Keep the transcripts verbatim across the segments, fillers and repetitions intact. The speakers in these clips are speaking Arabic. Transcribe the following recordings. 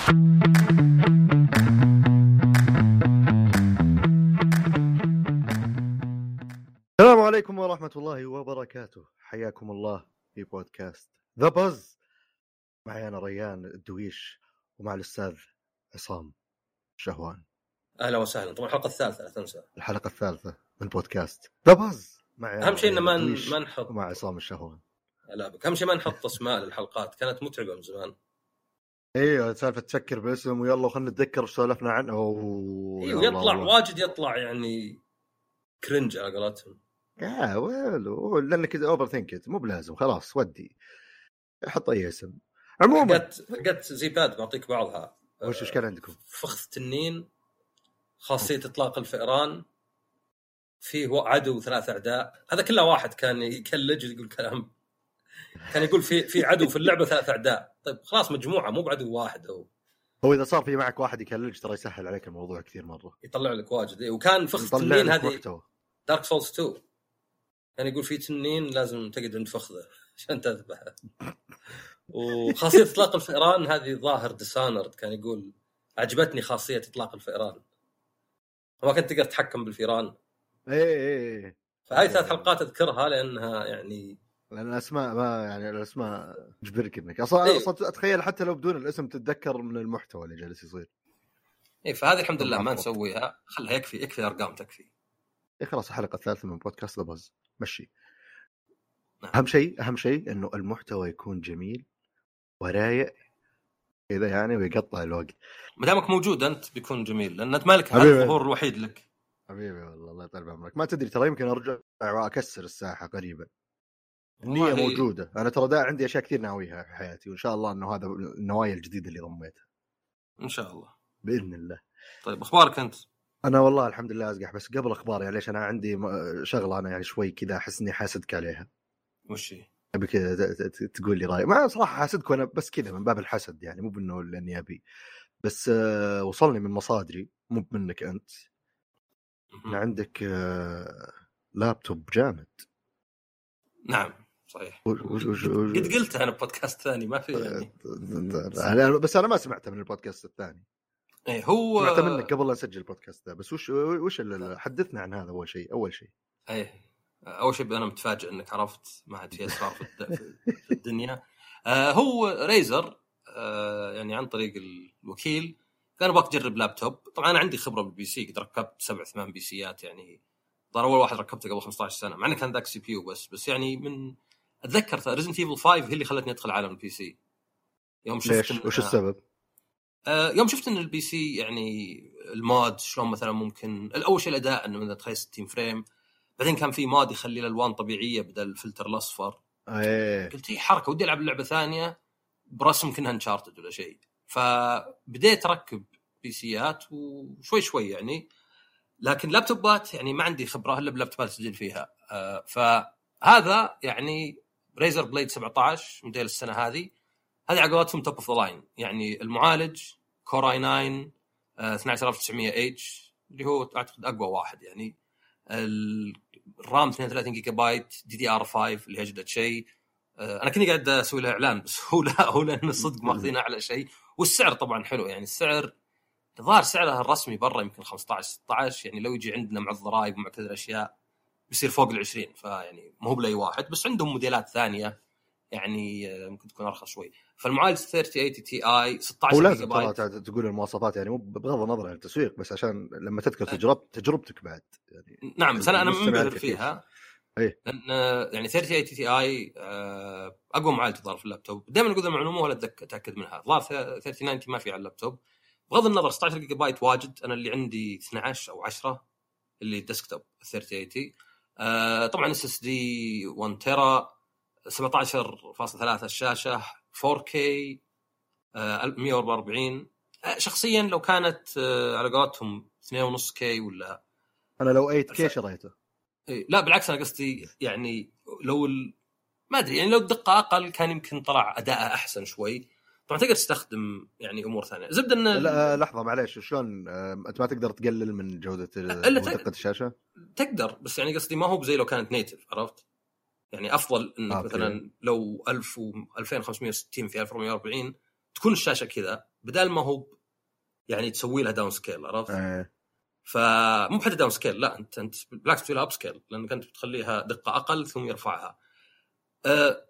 السلام عليكم ورحمة الله وبركاته. حياكم الله في بودكاست ذا بز. معي أنا ريان الدويش ومع الأستاذ عصام الشهوان. أهلا وسهلا. طبعا الحلقة الثالثة لا تنسى الحلقة الثالثة من بودكاست ذا بز. أهم شيء إن ما ما نحط مع عصام الشهوان. لا بك أهم شيء ما نحط اسماء للحلقات، كانت متعبة من زمان. ايوه سالفة تفكر باسم ويلا خلنا نتذكر ايش سولفنا عنه. ايوه يطلع واجد يطلع يعني كرنج على قولتهم. يا ويلو لانك كذا اوفر ثينكت مو بلازم خلاص ودي حط اي اسم. عموما حقت حقت زي باد بعطيك بعضها. وش اشكال عندكم؟ فخذ تنين، خاصية اطلاق الفئران، فيه عدو ثلاث اعداء. هذا كله واحد كان يكلج يقول كلام، كان يقول في في عدو في اللعبة ثلاث اعداء. طيب خلاص مجموعة مو بعدو واحد. هو هو اذا صار في معك واحد يكلج ترى يسهل عليك الموضوع كثير مرة، يطلع لك واجد. وكان فخذ تنين هذه دارك سولز تو، يعني يقول في تنين لازم تقعد عند فخذه عشان تذبحه. وخاصية إطلاق الفئران هذه ظاهر ديسانرد كان يقول عجبتني خاصية إطلاق الفئران، ما كنت تقدر تتحكم بالفئران. ايه ايه فهاي ثلاث حلقات أذكرها لأنها يعني لأن الأسماء ما يعني الأسماء تجبرك إنك أصلا إيه. أصلا أتخيل حتى لو بدون الاسم تتذكر من المحتوى اللي جالس يصير. إيه فهذه الحمد لله ما نسويها، خلها يكفي يكفي أرقام تكفي. إيه خلاص الحلقة الثالثة من بودكاست ذا بز مشي. نعم. أهم شيء أهم شيء إنه المحتوى يكون جميل ورايق كذا يعني ويقطع الوقت. ما دامك موجود أنت بيكون جميل لأن أنت مالك هذا الظهور الوحيد لك. حبيبي والله الله يطول بعمرك. ما تدري ترى يمكن أرجع وأكسر الساحة قريبا. النية موجودة. أنا ترى دا عندي أشياء كثير ناويها في حياتي وإن شاء الله إنه هذا النوايا الجديدة اللي ضميتها إن شاء الله بإذن الله. طيب أخبارك أنت؟ أنا والله الحمد لله أزقح. بس قبل أخباري يعني ليش أنا عندي شغلة أنا يعني شوي كذا أحس إني حاسدك عليها. وش هي؟ أبي كذا تقول لي رأي. ما صراحة حاسدك وأنا بس كذا من باب الحسد يعني مو بأنه لأني أبي. بس أه وصلني من مصادري مو منك أنت إن عندك أه لابتوب جامد. نعم صحيح. وش وش وش قد قلتها أنا بودكاست ثاني ما في يعني. بس أنا ما سمعته من البودكاست الثاني. إيه هو سمعت منك قبل لا أسجل البودكاست ده. بس وش وش حدثنا عن هذا أول شيء. أول شيء إيه أول شيء أنا متفاجئ إنك عرفت ما عاد في أسرار في الدنيا. آه هو ريزر آه يعني عن طريق الوكيل كان أبغى أجرب لابتوب. طبعا أنا عندي خبرة بالبي سي، قد ركبت سبع ثمان بي سيات يعني. ضر أول واحد ركبته قبل خمسة عشر سنة مع إنه كان ذاك سي بي يو بس بس يعني من أتذكر ريزنت إيفل خمسة هي اللي خلتني أدخل عالم البي سي. يوم شفت وش السبب؟ آه يوم شفت إن البي سي يعني المود شلون مثلا ممكن الأول شيء الأداء إنه من تخيل ستين فريم، بعدين كان في مود يخلي الألوان طبيعية بدل الفلتر الأصفر. أيه. قلت هي حركة ودي ألعب لعبة ثانية برسم كأنها انشارتد ولا شيء. فبديت أركب بي سيات وشوي شوي يعني، لكن لابتوبات يعني ما عندي خبرة إلا بلابتوبات أسجل فيها. آه فهذا يعني ريزر بليد سبعة عشر موديل السنة هذه هذه عقواتهم توب اوف ذا لاين. يعني المعالج كور اي تسعة آه اثنا عشر ألف وتسعمية اتش اللي هو أعتقد أقوى واحد يعني. الرام اثنين وثلاثين جيجا بايت دي دي ار خمسة اللي أجدد شيء. آه أنا كني قاعد أسوي له إعلان بس هو لا هو لأن الصدق ماخذين أعلى شيء. والسعر طبعا حلو يعني. السعر ظهر سعرها الرسمي برا يمكن خمسة عشر ستة عشر يعني، لو يجي عندنا مع الضرائب ومع كذا الأشياء بيصير فوق العشرين. فيعني ما هو بلاي واحد بس عندهم موديلات ثانية يعني ممكن تكون أرخص شوي. فالمعالج ثلاثين ثمانين تي اي ستة عشر جيجا بايت. ولازم تقول المواصفات يعني مو بغض النظر عن التسويق بس عشان لما تذكر تجربة تجربتك بعد يعني. نعم بس أنا أنا منبهر فيها. أيه. لأن يعني ثلاثين ثمانين تي اي أقوى معالج ظهر في اللابتوب. دائما أقول المعلومة ولا أتأكد منها. ظهر ثلاثين تسعين ما في على اللابتوب بغض النظر. ستة عشر جيجا بايت واجد. أنا اللي عندي اثنا عشر أو عشرة اللي ديسكتوب ثلاثين ثمانين. آه طبعا اس اس دي واحد تيرا سبعة عشر فاصلة ثلاثة الشاشة فور كي آه مية وأربعة وأربعين. آه شخصيا لو كانت آه على قولتهم اثنين ونص كي ولا أنا لو ثمانية كي شريته. إيه لا بالعكس أنا قصدي يعني لو ال... ما أدري يعني لو الدقة أقل كان يمكن طلع أداءه أحسن شوي. طبعا تقدر تستخدم يعني امور ثانيه زبده ان لا لحظه معليش شلون انت ما تقدر تقلل من جوده دقه الشاشه؟ تقدر بس يعني قصدي ما هو زي لو كانت نيتف عرفت يعني افضل انك آه مثلا لو ألف وألفين وخمسمية وستين في ألف وأربعمية وأربعين تكون الشاشه كذا بدال ما هو يعني تسوي لها داون سكيل، عرفت؟ أه. فمو حتى داون سكيل، لا انت انت بالعكس تسوي لها اب سكيل، لانك انت بتخليها دقه اقل ثم يرفعها. أه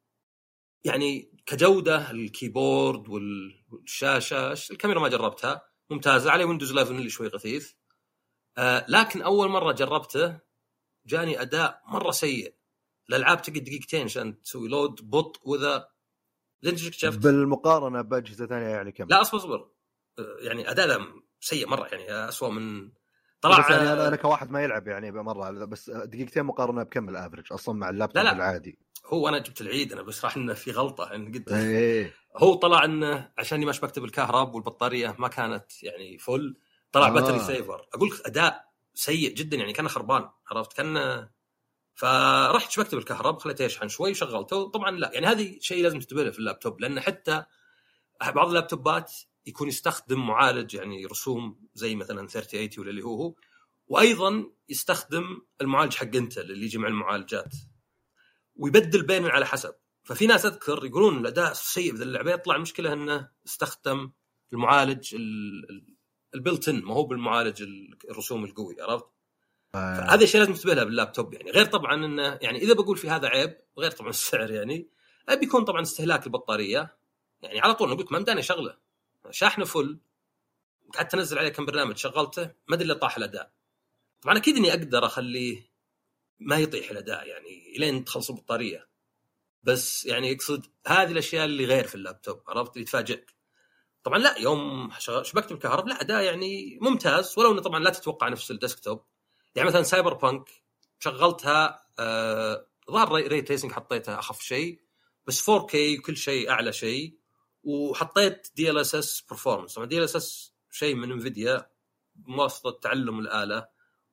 يعني كجوده الكيبورد والشاشه، الكاميرا ما جربتها، ممتازه عليه ويندوز إحدى عشر اللي شوي غثيث. أه لكن اول مره جربته جاني اداء مره سيء. الالعاب تقعد دقيقتين عشان تسوي لود بطء، واذا انت شفت بالمقارنه باجهزه ثانيه يعني كم؟ لا اصبر اصبر يعني اداء سيء مره، يعني اسوأ من طلع. بس يعني انا انا كواحد ما يلعب يعني بمره، بس دقيقتين مقارنه بكم الافرج اصلا مع اللابتوب لا لا العادي؟ هو انا جبت العيد، انا بس راح انه في غلطه ان قلت ايه. هو طلع انه عشان ما بكتب الكهرب والبطاريه ما كانت يعني فل، طلع آه. باتري سيفر. اقول لك اداء سيء جدا، يعني كان خربان، عرفت؟ كان فرحت شبكت بالكهرب، خليته يشحن شوي وشغلته. طبعا لا يعني هذه شيء لازم تنتبه في اللابتوب، لان حتى بعض اللابتوبات يكون يستخدم معالج يعني رسوم زي مثلا ثلاثين ثمانين ولا اللي هو هو، وايضا يستخدم المعالج حق انتل اللي يجمع المعالجات ويبدل بينهم على حسب. ففي ناس اذكر يقولون الاداء سيء في اللعبه، يطلع المشكله انه استخدم المعالج البلتن ما هو بالمعالج الرسوم القوي، عرفت؟ آه. فهذا الشيء لازم تنتبه له باللابتوب، يعني غير طبعا انه يعني اذا بقول في هذا عيب، غير طبعا السعر، يعني بيكون طبعا استهلاك البطاريه. يعني على طول نقول ما مداني شغله شاحنه فل، قعدت انزل عليه كم برنامج شغلته ما ادري اللي طاح الاداء. طبعا اكيد اني اقدر اخليه ما يطيح الاداء يعني الين تخلص البطاريه، بس يعني يقصد هذه الاشياء اللي غير في اللابتوب، عرفت؟ اللي تفاجئك. طبعا لا يوم شبكت بالكهرب لا اداء يعني ممتاز، ولو انه طبعا لا تتوقع نفس الديسكتوب. يعني مثلا سايبر بانك شغلتها آه ظهر ري تريسنج حطيتها اخف شيء، بس فور كي وكل شيء اعلى شيء، وحطيت دي ال اس اس برفورمانس. طبعا دي ال اس اس شيء من انفيديا بواسطه تعلم الاله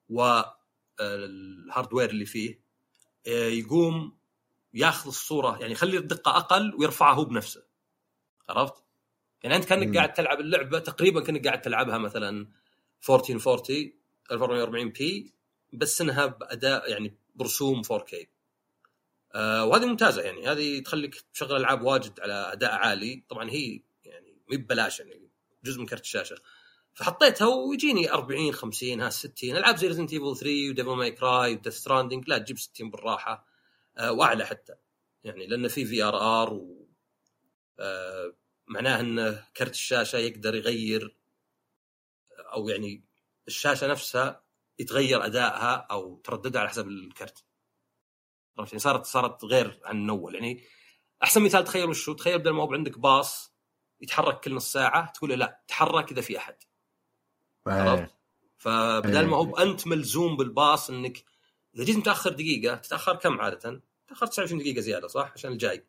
والهاردوير اللي فيه، يقوم ياخذ الصوره يعني يخلي الدقه اقل ويرفعها هو بنفسه، عرفت؟ يعني انت كانك قاعد تلعب اللعبه تقريبا كانك قاعد تلعبها مثلا ألف وأربعمية وأربعين ألف وأربعمية وأربعين بي، بس انها باداء يعني برسوم فور كي. آه وهذه ممتازه، يعني هذه تخليك تشغل العاب واجد على اداء عالي. طبعا هي يعني مي ببلاش، يعني جزء من كرت الشاشه. فحطيتها ويجيني أربعين خمسين ها ستين. العاب زي ريزنت ايفل ثري وديفل ماي كراي وديث ستراندينج لا تجيب ستين بالراحه، آه واعلى حتى، يعني لان في في ار ار و آه معناه ان كرت الشاشه يقدر يغير، او يعني الشاشه نفسها يتغير ادائها او ترددها على حسب الكرت، عرفت؟ يعني صارت صارت غير عن الاول. يعني احسن مثال تخيل وشو، تخيل بدل ما هو عندك باص يتحرك كل نص ساعه تقول لا تحرك اذا في احد، عرفت؟ فبدل ما هو انت ملزوم بالباص انك اذا جيت متاخر دقيقه تتاخر كم عاده؟ تاخر تسعة وعشرين دقيقه زياده صح عشان الجاي،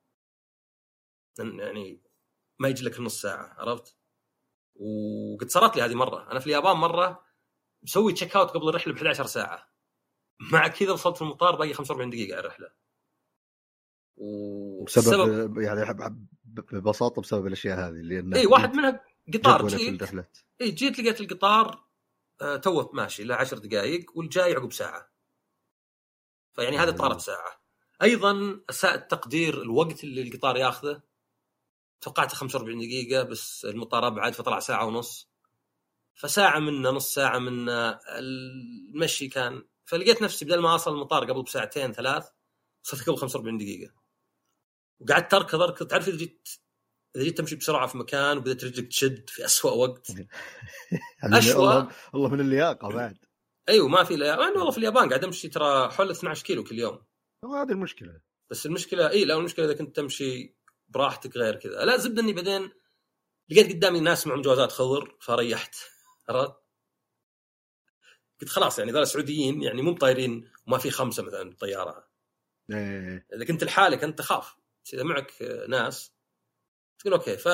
يعني ما يجي لك نص ساعه، عرفت؟ وقد صارت لي هذه مره. انا في اليابان مره مسوي تشيك اوت قبل الرحله ب إحدى عشرة ساعه، مع كذا وصلت المطار باقي خمسة وأربعين دقيقه على الرحله. وبسبب يعني ببساطه بسبب الاشياء هذه اللي اي واحد منها قطار جيت اي جيت لقيت القطار آه توه ماشي له عشر دقائق والجاي عقب ساعه، فيعني هذا طارت ساعه. ايضا اساء التقدير الوقت اللي القطار ياخذه، توقعت خمسة وأربعين دقيقه بس المطار ابعد فطلع ساعه ونص، فساعه منا نص ساعه منا المشي كان. فلقيت نفسي بدل ما اصل المطار قبل بساعتين ثلاث صرت قبل خمسة وأربعين دقيقه، وقعدت تركض اركض. تعرف اذا جيت اذا جيت تمشي بسرعه في مكان وبدأت رجلك تشد في أسوأ وقت أشوى والله من اللياقه بعد. ايوه ما في لياقه. انا والله في اليابان قاعد امشي ترى حول اثنا عشر كيلو كل يوم، هذه المشكله. بس المشكله اي لا المشكله اذا كنت تمشي براحتك غير كذا. لا زبد اني بعدين لقيت قدامي ناس معهم جوازات خضر فريحت، عرفت؟ قلت خلاص يعني ذول سعوديين يعني مو طايرين وما في خمسه مثلا طياره. ايه اذا كنت لحالك انت تخاف، اذا معك ناس تقول اوكي. ف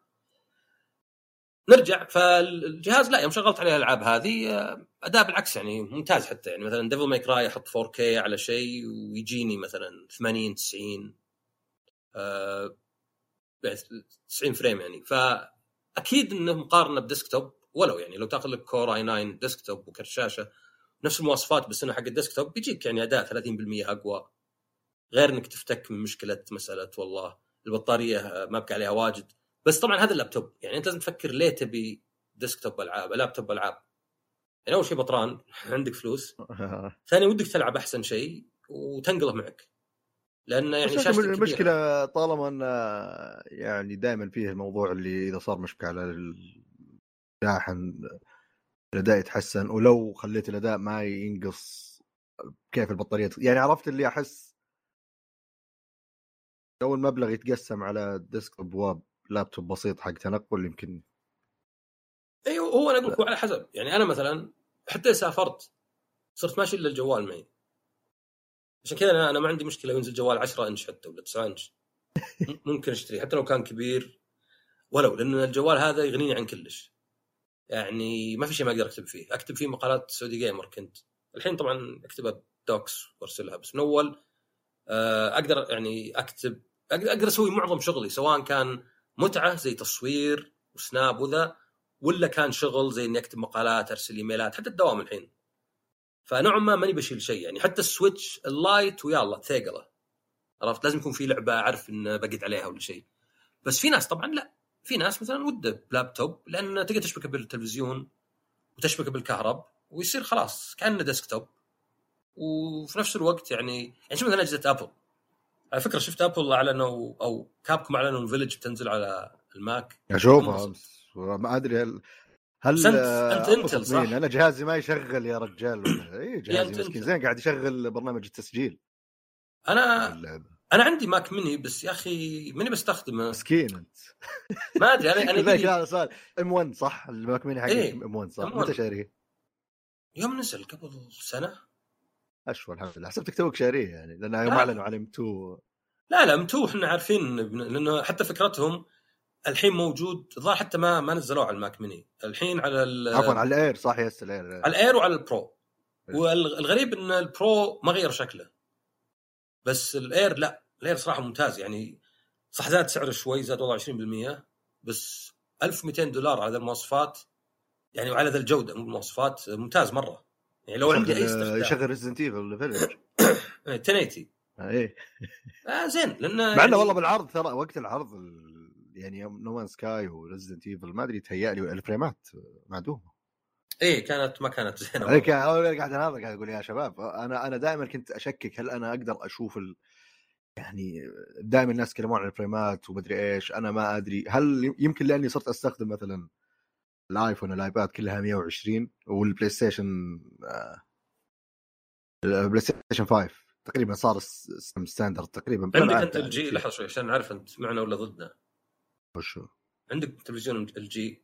نرجع فالجهاز لا يوم شغلت عليه الالعاب هذه اداء بالعكس يعني ممتاز. حتى يعني مثلا ديفل ماي كراي احط فور كي على شيء ويجيني مثلا ثمانين تسعين آه تسعين فريم، يعني فاكيد انه مقارنه بديسكتوب. ولو يعني لو تاخذ لك كور اي تسعة ديسكتوب وكرت شاشه نفس المواصفات بس انه حق الديسكتوب بيجيك يعني اداء ثلاثين بالمئة اقوى، غير انك تفتك من مشكله مساله والله البطاريه ما بقى عليها واجد. بس طبعا هذا اللابتوب يعني انت لازم تفكر ليه تبي ديسكتوب العاب لابتوب العاب. يعني اول شيء بطران عندك فلوس، ثاني ودك تلعب احسن شيء وتنقله معك، لان يعني شاشتك كبيره. المشكله طالما ان يعني دائما فيه الموضوع اللي اذا صار مشكله على الشاحن الاداء يتحسن، ولو خليت الاداء ما ينقص كيف البطاريه يعني عرفت اللي احس لو المبلغ يتقسم على ديسكتوب ولابتوب بسيط حق تنقل يمكن. ايوه هو انا اقول لك على حسب. يعني انا مثلا حتى سافرت صرت ماشي الا الجوال معي، عشان كذا انا انا ما عندي مشكله ينزل جوال عشرة انش حتى ولا تسعة انش ممكن اشتريه حتى لو كان كبير، ولو لان الجوال هذا يغنيني عن كلش. يعني ما في شيء ما اقدر اكتب فيه. اكتب فيه مقالات سعودي جيمر كنت، الحين طبعا اكتبها دوكس وارسلها، بس من اول اقدر يعني اكتب اقدر اسوي معظم شغلي، سواء كان متعه زي تصوير وسناب وذا، ولا كان شغل زي اني اكتب مقالات ارسل ايميلات، حتى الدوام الحين. فنوعا ما ماني بشيل شيء يعني. حتى السويتش اللايت ويلا ثقله، عرفت لازم يكون في لعبه اعرف ان بقعد عليها ولا شيء. بس في ناس طبعا لا، في ناس مثلا وده لابتوب لان تقدر تشبكه بالتلفزيون وتشبكه بالكهرب ويصير خلاص كأنه ديسكتوب. وفي نفس الوقت يعني يعني شو مثلا اجهزه ابل. على فكره شفت ابل اعلنوا او كابكم اعلنوا فيلج بتنزل على الماك. اشوفها ما ادري هل هل انت انت صح؟ انا جهازي ما يشغل يا رجال ولا اي جهازي مسكين زين قاعد يشغل برنامج التسجيل. انا انا عندي ماك ميني بس يا اخي ماني بستخدمه. مسكين انت ما ادري انا انا ذاك هذا صار ام واحد صح؟ الماك ميني حقك إيه؟ ام واحد صح؟ متى شاريه؟ يوم نزل قبل سنه اشوى الحمد لله. حسبتك توك شاريه يعني لان يوم اعلنوا على ام اثنين. لا لا ام اثنين احنا عارفين لانه حتى فكرتهم الحين موجود الظاهر، حتى ما ما نزلوه على الماك ميني الحين على عفوا على الاير صح يس الاير على الاير وعلى البرو. والغريب ان البرو ما غير شكله، بس الاير لا، الاير صراحه ممتاز يعني. صح زاد سعره شوي، زاد والله عشرين بالمية، بس ألف ومئتين دولار على المواصفات يعني، وعلى ذا الجوده المواصفات ممتاز مره يعني. لو عندي اي استخدام يشغل ريزدنت ايفل ولا فيلج عشرة ثمانين ايه آه زين لانه مع يعني... انه والله بالعرض ترى وقت العرض يعني نو مان سكاي وريزدنت ايفل ما ادري تهيألي الفريمات معدومه. ايه كانت ما كانت زينه انا قاعد انا قاعد اقول يا شباب انا انا دائما كنت اشكك هل انا اقدر اشوف ال... يعني دائما الناس يتكلمون عن الفريمات ومدري ايش، انا ما ادري هل يمكن لاني صرت استخدم مثلا الايفون والايباد كلها مية وعشرين والبلاي ستيشن البلاي ستيشن خمسة تقريبا صار ستاندرد تقريبا. عندك انت الجي لحظه شوي عشان نعرف انت معنا ولا ضدنا. وشو عندك تلفزيون الجي؟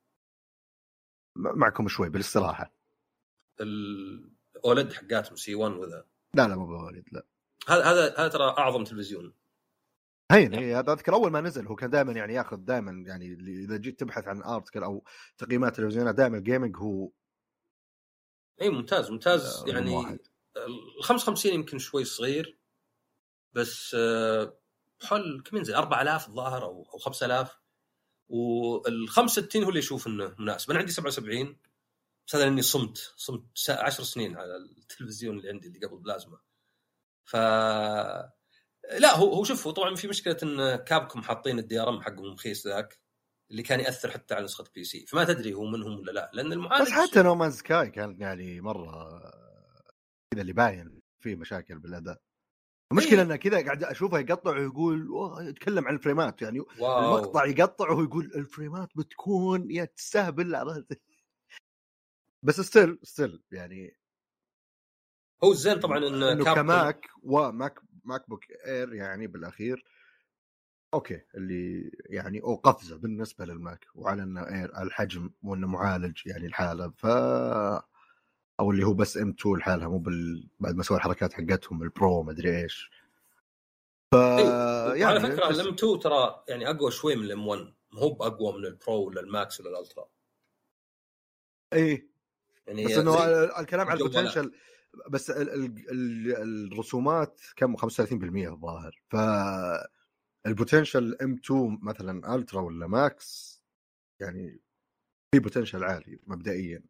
معكم شوي بالاستراحه. الاولد حقاتهم سي واحد وذا؟ لا لا مو بولد لا. هذا هذا هذا ترى اعظم تلفزيون. هين هي هذا اذكر اول ما نزل هو كان دائما يعني ياخذ دائما يعني اذا جيت تبحث عن ارتكل او تقييمات تلفزيونات دائما الجيمنج هو اي ممتاز ممتاز يعني. ال خمسة وخمسين يمكن شوي صغير بس حل كم ينزل أربعة آلاف الظاهر او او خمسة آلاف، وال خمسة وستين هو اللي يشوف انه مناسب. انا عندي سبعة وسبعين بس هذا لاني صمت صمت عشر سنين على التلفزيون اللي عندي اللي قبل بلازما. ف لا هو هو شوفوا طبعا في مشكله ان كابكم حاطين الدي ار ام حقهم رخيص ذاك اللي كان ياثر حتى على نسخه بي سي، فما تدري هو منهم ولا لا لان المعالج. بس حتى نو مان سكاي كان يعني مره كذا اللي باين فيه مشاكل بالاداء. المشكله انه كذا قاعد اشوفه يقطع ويقول يتكلم عن الفريمات يعني واو. المقطع يقطع ويقول الفريمات بتكون يا تستهبل عرفت. بس ستيل ستيل يعني هو الزين طبعا ان كماك وماك ماك بوك اير يعني بالاخير اوكي اللي يعني او قفزه بالنسبه للماك، وعلى انه اير الحجم وانه معالج يعني الحاله ف او اللي هو بس ام اثنين لحالها مو بال... بعد ما سووا الحركات حقتهم البرو ما ادري ايش. ف يعني على فكره الام اثنين ترى يعني اقوى شوي من الام واحد، مو باقوى من البرو ولا الماكس ولا الالترا. ايه يعني بس انه الكلام على البوتنشل بس ال ال ال الرسومات كم خمسة وثلاثين بالمية الظاهر، ف البوتنشل ام اثنين مثلا الترا ولا ماكس يعني في بوتنشل عالي مبدئيا.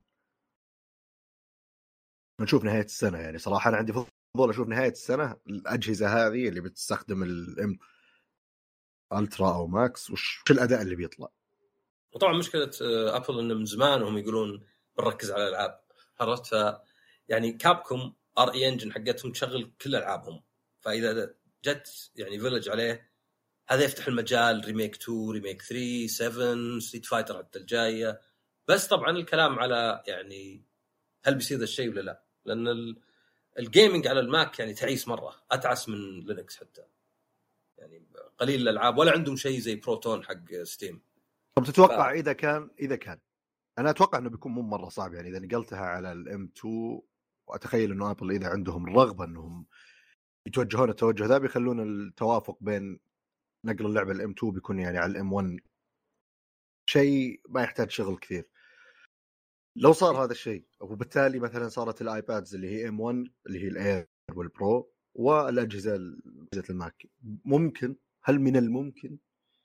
نشوف نهايه السنه يعني صراحه انا عندي فضول اشوف نهايه السنه الاجهزه هذه اللي بتستخدم الام الترا او ماكس وش الاداء اللي بيطلع. وطبعا مشكله ابل انه من زمان وهم يقولون بنركز على الالعاب، عرفت؟ ف يعني كابكوم ار اي انجن حقتهم تشغل كل العابهم، فاذا جت يعني فيلج عليه هذا يفتح المجال ريميك اثنين ريميك ثلاثة سبعة ستريت فايتر حتى الجايه. بس طبعا الكلام على يعني هل بيصير ذا الشيء ولا لا، لان الجيمنج على الماك يعني تعيس مره، اتعس من لينكس حتى، يعني قليل الالعاب ولا عندهم شيء زي بروتون حق ستيم. طب تتوقع ف... اذا كان اذا كان انا اتوقع انه بيكون مو مره صعب يعني اذا نقلتها على الام اثنين، واتخيل انه ابل اذا عندهم الرغبه انهم يتوجهون التوجه ذا بيخلون التوافق بين نقل اللعبه الام اثنين بيكون يعني على الام واحد شيء ما يحتاج شغل كثير. لو صار هذا الشيء وبالتالي مثلا صارت الايبادز اللي هي ام واحد اللي هي الاير والبرو والاجهزه اجهزه الماك، ممكن هل من الممكن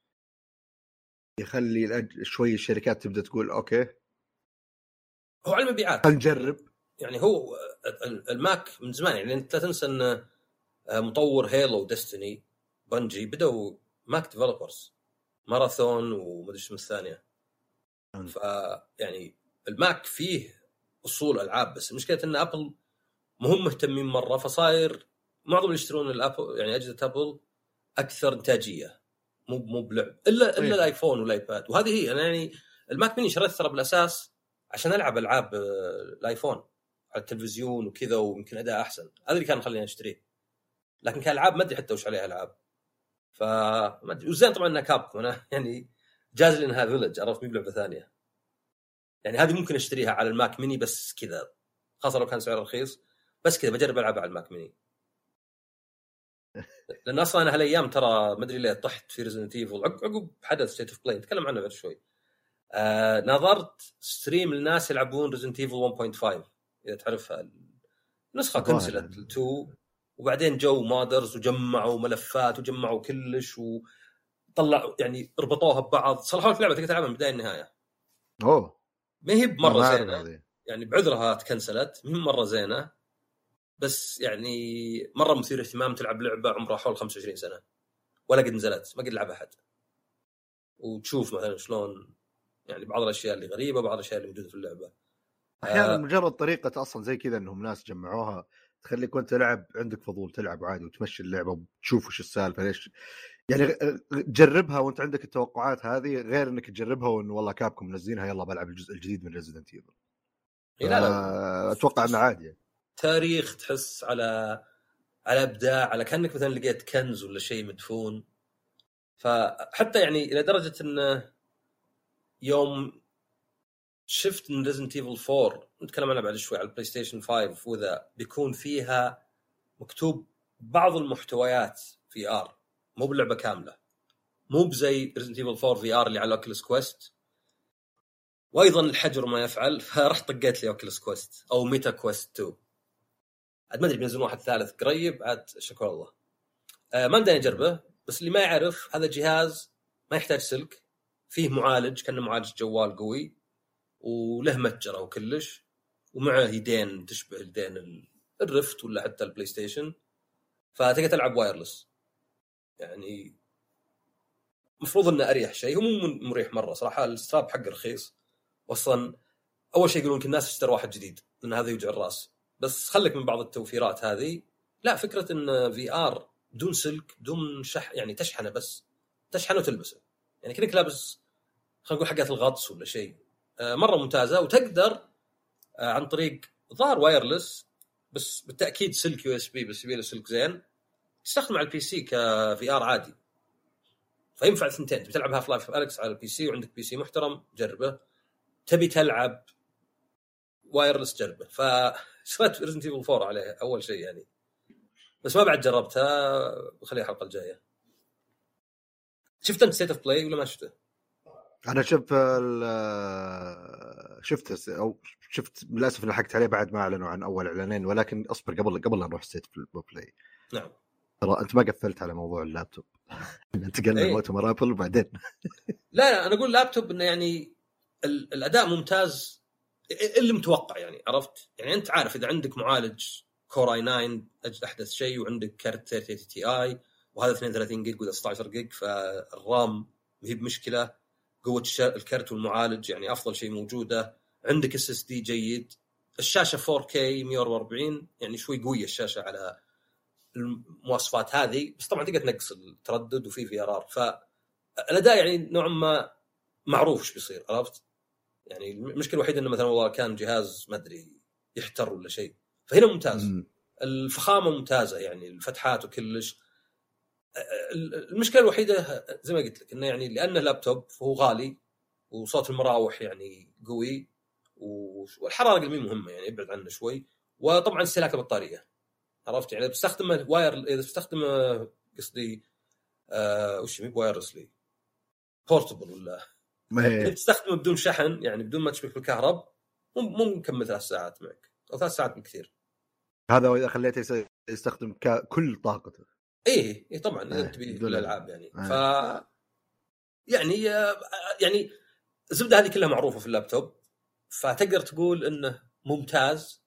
يخلي الأج... شوي الشركات تبدا تقول اوكي هو على المبيعات نجرب. يعني هو الماك من زمان، يعني انت تنسى ان مطور هيلو ودستني بنجي بدأوا ماك ديفلوبرز ماراثون ومدري اسم الثانيه. ف يعني الماك فيه اصول العاب، بس المشكله ان ابل مهم مهتمين مره، فصاير معظم اللي يشترون الابل يعني اجهزه ابل اكثر انتاجيه، مو مو بلعب الا الا الايفون والايباد. وهذه هي انا يعني الماك ميني شريته ترى بالاساس عشان العب العاب الايفون على التلفزيون وكذا، ويمكن اداء احسن، هذا اللي كان خليني اشتريه. لكن كالعاب ما ادري حتى وش عليها العاب، فما ادري. وزين طبعا انها كابكم، انا يعني جاز لي انها فيلج، عرفت؟ مي بلعبه ثانيه يعني هذه ممكن اشتريها على الماك ميني بس كذا، خاصه لو كان سعرها رخيص، بس كذا بجرب العب على الماك ميني. لان اصلا انا هالايام ترى ما ادري ليه طحت في ريزيدنت ايفل عقب حدث ستيت اوف بلاي، نتكلم عنه بعد شوي. آه نظرت ستريم للناس يلعبون ريزيدنت ايفل واحد نقطة خمسة اذا تعرفها، النسخه كنسلت اثنين، وبعدين جو مادرز وجمعوا ملفات وجمعوا كلش وطلعوا يعني ربطوها ببعض، صلحوا لك لعبه تقدر تلعبها من بدايه النهايه. اوه ما هي بمره زينه يعني، بعذرها تكنسلت، مو مره زينه، بس يعني مره مثير اهتمام تلعب لعبه عمرها حول خمسة وعشرين سنه ولا قد نزلت، ما قد لعبها احد، وتشوف مثلا شلون يعني بعض الاشياء اللي غريبه، بعض الاشياء اللي موجوده في اللعبه. احيانا آه مجرد طريقه اصلا زي كذا انهم ناس جمعوها تخليك وانت تلعب عندك فضول تلعب عادي وتمشي اللعبه وتشوف وش السالفه ليش يعني. جربها وانت عندك التوقعات هذه غير انك تجربها وانه والله كابكم منزلينها يلا بلعب الجزء الجديد من ريزيدنت ايفل. لا لا اتوقع انه عادي، تاريخ تحس على على ابداع، على كانك مثلا لقيت كنز ولا شيء مدفون. فحتى يعني الى درجه انه يوم شفت من ريزيدنت ايفل فور نتكلم عنها بعد شوي على البلاي ستيشن خمسة، وذا بيكون فيها مكتوب بعض المحتويات في ار، مو باللعبه كامله، مو بزي ريزيدنت ايفل فور في ار اللي على اوكيلس كويست، وايضا الحجر ما يفعل. فرحت طقيت لي اوكيلس كويست او ميتا كويست اثنين، عاد ما ادري بينزلون واحد ثالث قريب، عاد شكر الله. آه ما نداني اجربه، بس اللي ما يعرف هذا جهاز ما يحتاج سلك، فيه معالج كأنه معالج جوال قوي، وله متجره وكلش، ومعه يدين تشبه يدين الرفت ولا حتى البلاي ستيشن، فتقدر تلعب وايرلس. يعني مفروض انه اريح شيء، هو مو مريح مره صراحه، الستراب حقه رخيص، واصلا اول شيء يقولون الناس اشتروا واحد جديد لان هذا يوجع الراس، بس خليك من بعض التوفيرات هذه. لا، فكره ان في ار بدون سلك بدون شح يعني تشحنه، بس تشحنه وتلبسه، يعني كأنك لابس خلينا نقول حقات الغطس ولا شيء. آه مره ممتازه، وتقدر آه عن طريق ظهر وايرلس، بس بالتاكيد سلك يو اس بي، بس يبي له سلك زين، تستخدم على البي سي كفي ار عادي، فينفع الثنتين. بتلعب هاف لايف أليكس على البي سي وعندك بي سي محترم جربه، تبي تلعب وايرلس جربه. فشريت ريزنت ايفل فور عليه اول شيء يعني، بس ما بعد جربتها، بخليها الحلقه الجايه. شفت انت ستيت اوف بلاي ولا ما شفته؟ انا شفت شفته او شفت للاسف لحقت عليه بعد ما اعلنوا عن اول اعلانين، ولكن اصبر قبل قبل لا نروح ستيت اوف بلاي. نعم ترى انت ما قفلت على موضوع اللابتوب. انت قلنا مؤتمر ابل وبعدين لا لا انا اقول لابتوب انه يعني الاداء ممتاز اللي متوقع، يعني عرفت؟ يعني انت عارف اذا عندك معالج كور اي تسعة احدث شيء، وعندك كارت ثلاثين تي اي وهذا اثنين وثلاثين جيج ولا ستة عشر جيج، فالرام ما هي بمشكله، قوه الكرت والمعالج يعني افضل شيء موجوده، عندك اس اس دي جيد، الشاشه فور كي مية وأربعين يعني شوي قويه الشاشه على المواصفات هذه، بس طبعا تقدر تنقص التردد وفي في ار ار، فالاداء يعني نوعا ما معروف ايش بيصير، عرفت يعني. المشكله الوحيده انه مثلا والله كان جهاز ما ادري يحتر ولا شيء، فهنا ممتاز. م- الفخامه ممتازه يعني، الفتحات وكلش. المشكله الوحيده زي ما قلت لك انه يعني لانه لابتوب فهو غالي، وصوت المراوح يعني قوي، والحراره قليل مهمه يعني ابعد عنه شوي، وطبعا استهلاك البطاريه، عرفت يعني. بتستخدمه واير، اذا بتستخدمه قصدي آه وش مي وايرلسلي بورتبل ولا اذا بتستخدمه بدون شحن يعني بدون ما تشبك بالكهرب، مو مكمل ثلاث ساعات معك او ثلاث ساعات بالكثير. هذا واذا خليته يستخدم كل طاقته. ايه ايه طبعا اذا تبي الالعاب يعني. ف يعني يعني الزبده هذه كلها معروفه في اللابتوب، فتقدر تقول انه ممتاز.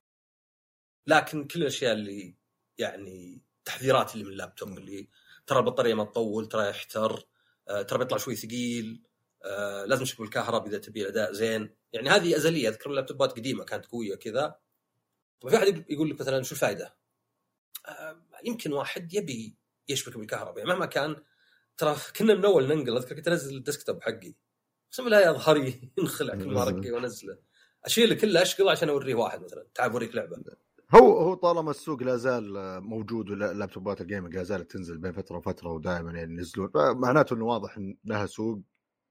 لكن كل الاشياء اللي يعني تحذيرات اللي من اللابتوب اللي ترى البطاريه ما تطول، ترى يحتر، آه، ترى بيطلع شوي ثقيل، آه، لازم تشبك الكهرباء اذا تبي اداء زين، يعني هذه ازليه. اذكر اللابتوبات قديمه كانت قويه كذا. طب في احد يقول لك مثلا شو الفائده؟ آه، يمكن واحد يبي يشبك بالكهرباء يعني مهما كان. ترى كنا من اول ننقل، اذكر كنت انزل الديسكتوب حقي بسم الله يا ظهري ينخلع كل ما رقي وانزله، اشيله كله اشقله عشان اوريه واحد مثلا تعال اوريك لعبه. هو هو طالما السوق لا زال موجود واللابتوبات الجيمنج لا زالت تنزل بين فتره وفتره ودائما يعني ينزلون، معناته انه واضح ان لها سوق.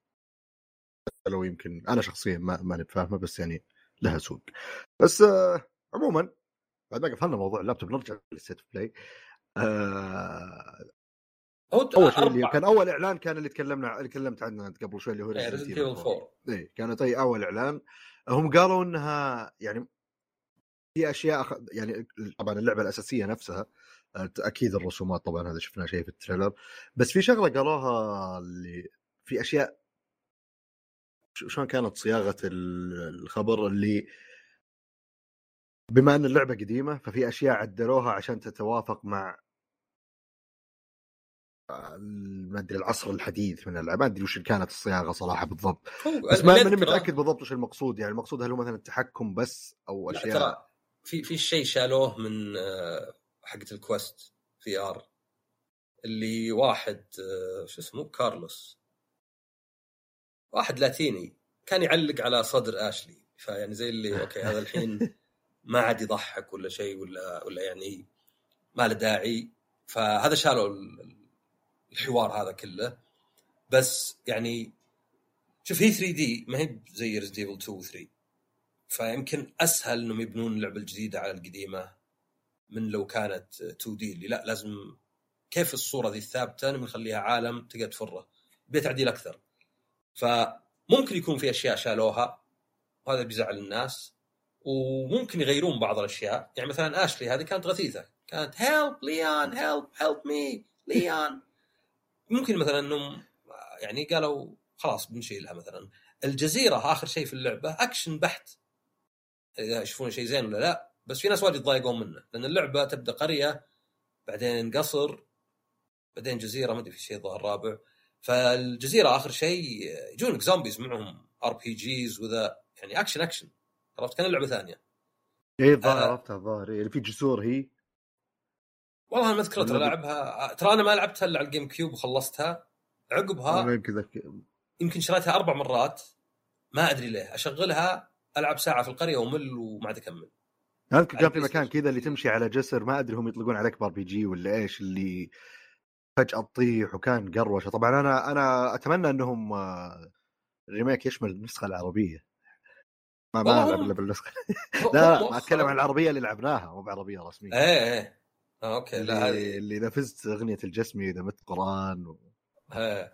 لو يمكن انا شخصيا ما ماني فاهمه، بس يعني لها سوق. بس آه عموما بعد ما قفلنا موضوع اللابتوب نرجع للسيت بلاي. آه اول شيء اللي كان اول اعلان كان اللي تكلمنا اللي تكلمت عنه قبل شوي اللي هو ريزنت ايفل فور. اي كانت اي اول اعلان. هم قالوا انها يعني في اشياء يعني طبعا اللعبه الاساسيه نفسها اكيد الرسومات طبعا هذا شفنا شيء في التريلر، بس في شغله قالوها اللي في اشياء شلون كانت صياغه الخبر اللي بما ان اللعبه قديمه ففي اشياء عدلوها عشان تتوافق مع ما ادري العصر الحديث من اللعبه. ما ادري وش كانت الصياغه صراحه بالضبط، بس ما ماني متاكد بالضبط وش المقصود. يعني المقصود هل هو مثلا التحكم بس او اشياء؟ ترى في في شيء شالوه من حقه الكويست في ار اللي واحد شو اسمه كارلوس، واحد لاتيني كان يعلق على صدر اشلي، فيعني زي اللي اوكي هذا الحين ما عاد يضحك ولا شيء ولا ولا يعني ما له داعي، فهذا شالوا الحوار هذا كله. بس يعني شوف هي ثري دي ما هي زي ريزنت ايفل تو و ثري، فيمكن اسهل انهم يبنون اللعبه الجديده على القديمه من لو كانت تو دي اللي لا لازم كيف الصوره ذي الثابته نخليها عالم تقدر تفره بتعديل اكثر. فممكن يكون في اشياء شالوها وهذا بيزعل الناس، وممكن يغيرون بعض الاشياء. يعني مثلا اشلي هذه كانت غثيثه، كانت help ليان help help me ليان. ممكن مثلا انهم يعني قالوا خلاص بنشيلها. مثلا الجزيره اخر شيء في اللعبه اكشن بحت، اذا يشوفون شيء زين ولا لا، بس في ناس وايد يتضايقون منه لان اللعبه تبدا قريه بعدين قصر بعدين جزيره ما ادري في شيء ظهر رابع. فالجزيره اخر شيء يجونك زومبيز معهم ار بي جيز وذا، يعني اكشن اكشن، عرفت كان لعبه ثانيه. ايه الظاهر عرفتها الظاهر اللي في جسور. هي والله انا ما اذكر ترى لعبها، ترى انا ما لعبتها الا على الجيم كيوب وخلصتها. عقبها يمكن شريتها اربع مرات ما ادري ليه، اشغلها العب ساعه في القريه ومل وما عاد اكمل. اذكر كان في مكان كذا اللي تمشي على جسر ما ادري هم يطلقون عليك بار بي جي ولا ايش اللي فجاه تطيح وكان قروشه. طبعا انا انا اتمنى انهم الريميك يشمل النسخه العربيه، ما ما العب الا بالنسخه لا ما اتكلم عن العربيه اللي لعبناها مو بعربيه رسميه. ايه ايه آه، اوكي اللي لا هذه اللي نفذت اغنيه الجسمي اذا مت قران و... ايه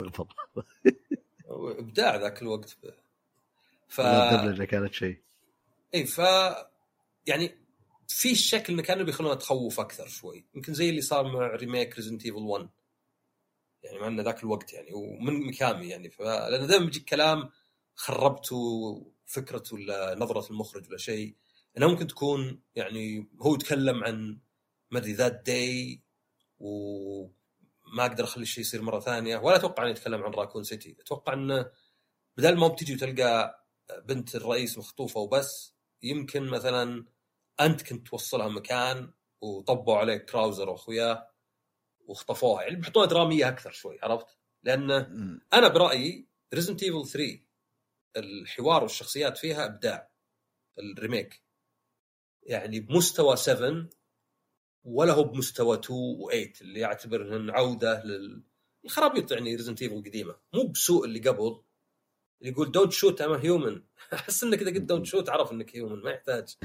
ابداع ذاك الوقت. ف الدبلجه كانت شيء اي ف يعني في الشكل انه كانوا بيخلونا تخوف اكثر شوي، يمكن زي اللي صار مع ريميك ريزنت ايفل ون يعني مع ذاك الوقت يعني ومن مكامي يعني. فلان دائما بيجيك كلام خربته فكرته ولا نظره المخرج ولا شيء، انه ممكن تكون يعني هو يتكلم عن ما ادري ذات داي و ما اقدر اخلي الشيء يصير مره ثانيه، ولا اتوقع اني اتكلم عن راكون سيتي. اتوقع انه بدل ما بتجي وتلقى بنت الرئيس مخطوفه وبس، يمكن مثلا انت كنت توصلها مكان وطبوا عليك كراوزر واخوياه واخطفوها، يعني بيحطوها دراميه اكثر شوي، عرفت؟ لان انا برايي ريزنت ايفل ثري الحوار والشخصيات فيها ابداع. الريميك يعني بمستوى سفن ولا هو بمستوى تو وثمانية اللي يعتبر انه عوده للخرابيط. يعني ريزنت ايفل القديمه مو بسوء اللي قبل، اللي يقول دونت شوت ام هيومن. احس انك اذا قلت دونت شوت عرف انك هيومن، ما يحتاج.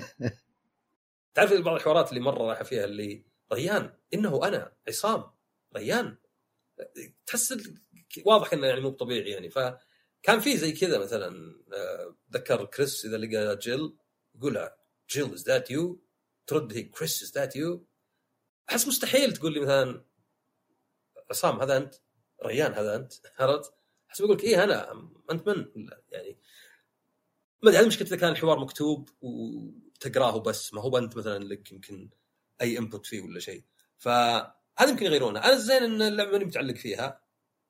تعرف بعض الحوارات اللي مره رايحه فيها اللي ريان انه انا عصام ريان، تحس واضح انه يعني مو طبيعي يعني. فكان في زي كذا مثلا ذكر كريس اذا لقى جيل يقولها جيل از ذات يو، ترد هي كريس از ذات يو. احس مستحيل تقول لي مثلا عصام هذا انت، ريان هذا انت، عرفت؟ احس بقول لك ايه انا انت من يعني. ما ادري، هذه مشكلة اذا كان الحوار مكتوب وتقراه بس، ما هو انت مثلا لك يمكن اي انبوت فيه ولا شيء. فهذا يمكن يغيرونه. انا الزين ان اللعبه ماني متعلق فيها،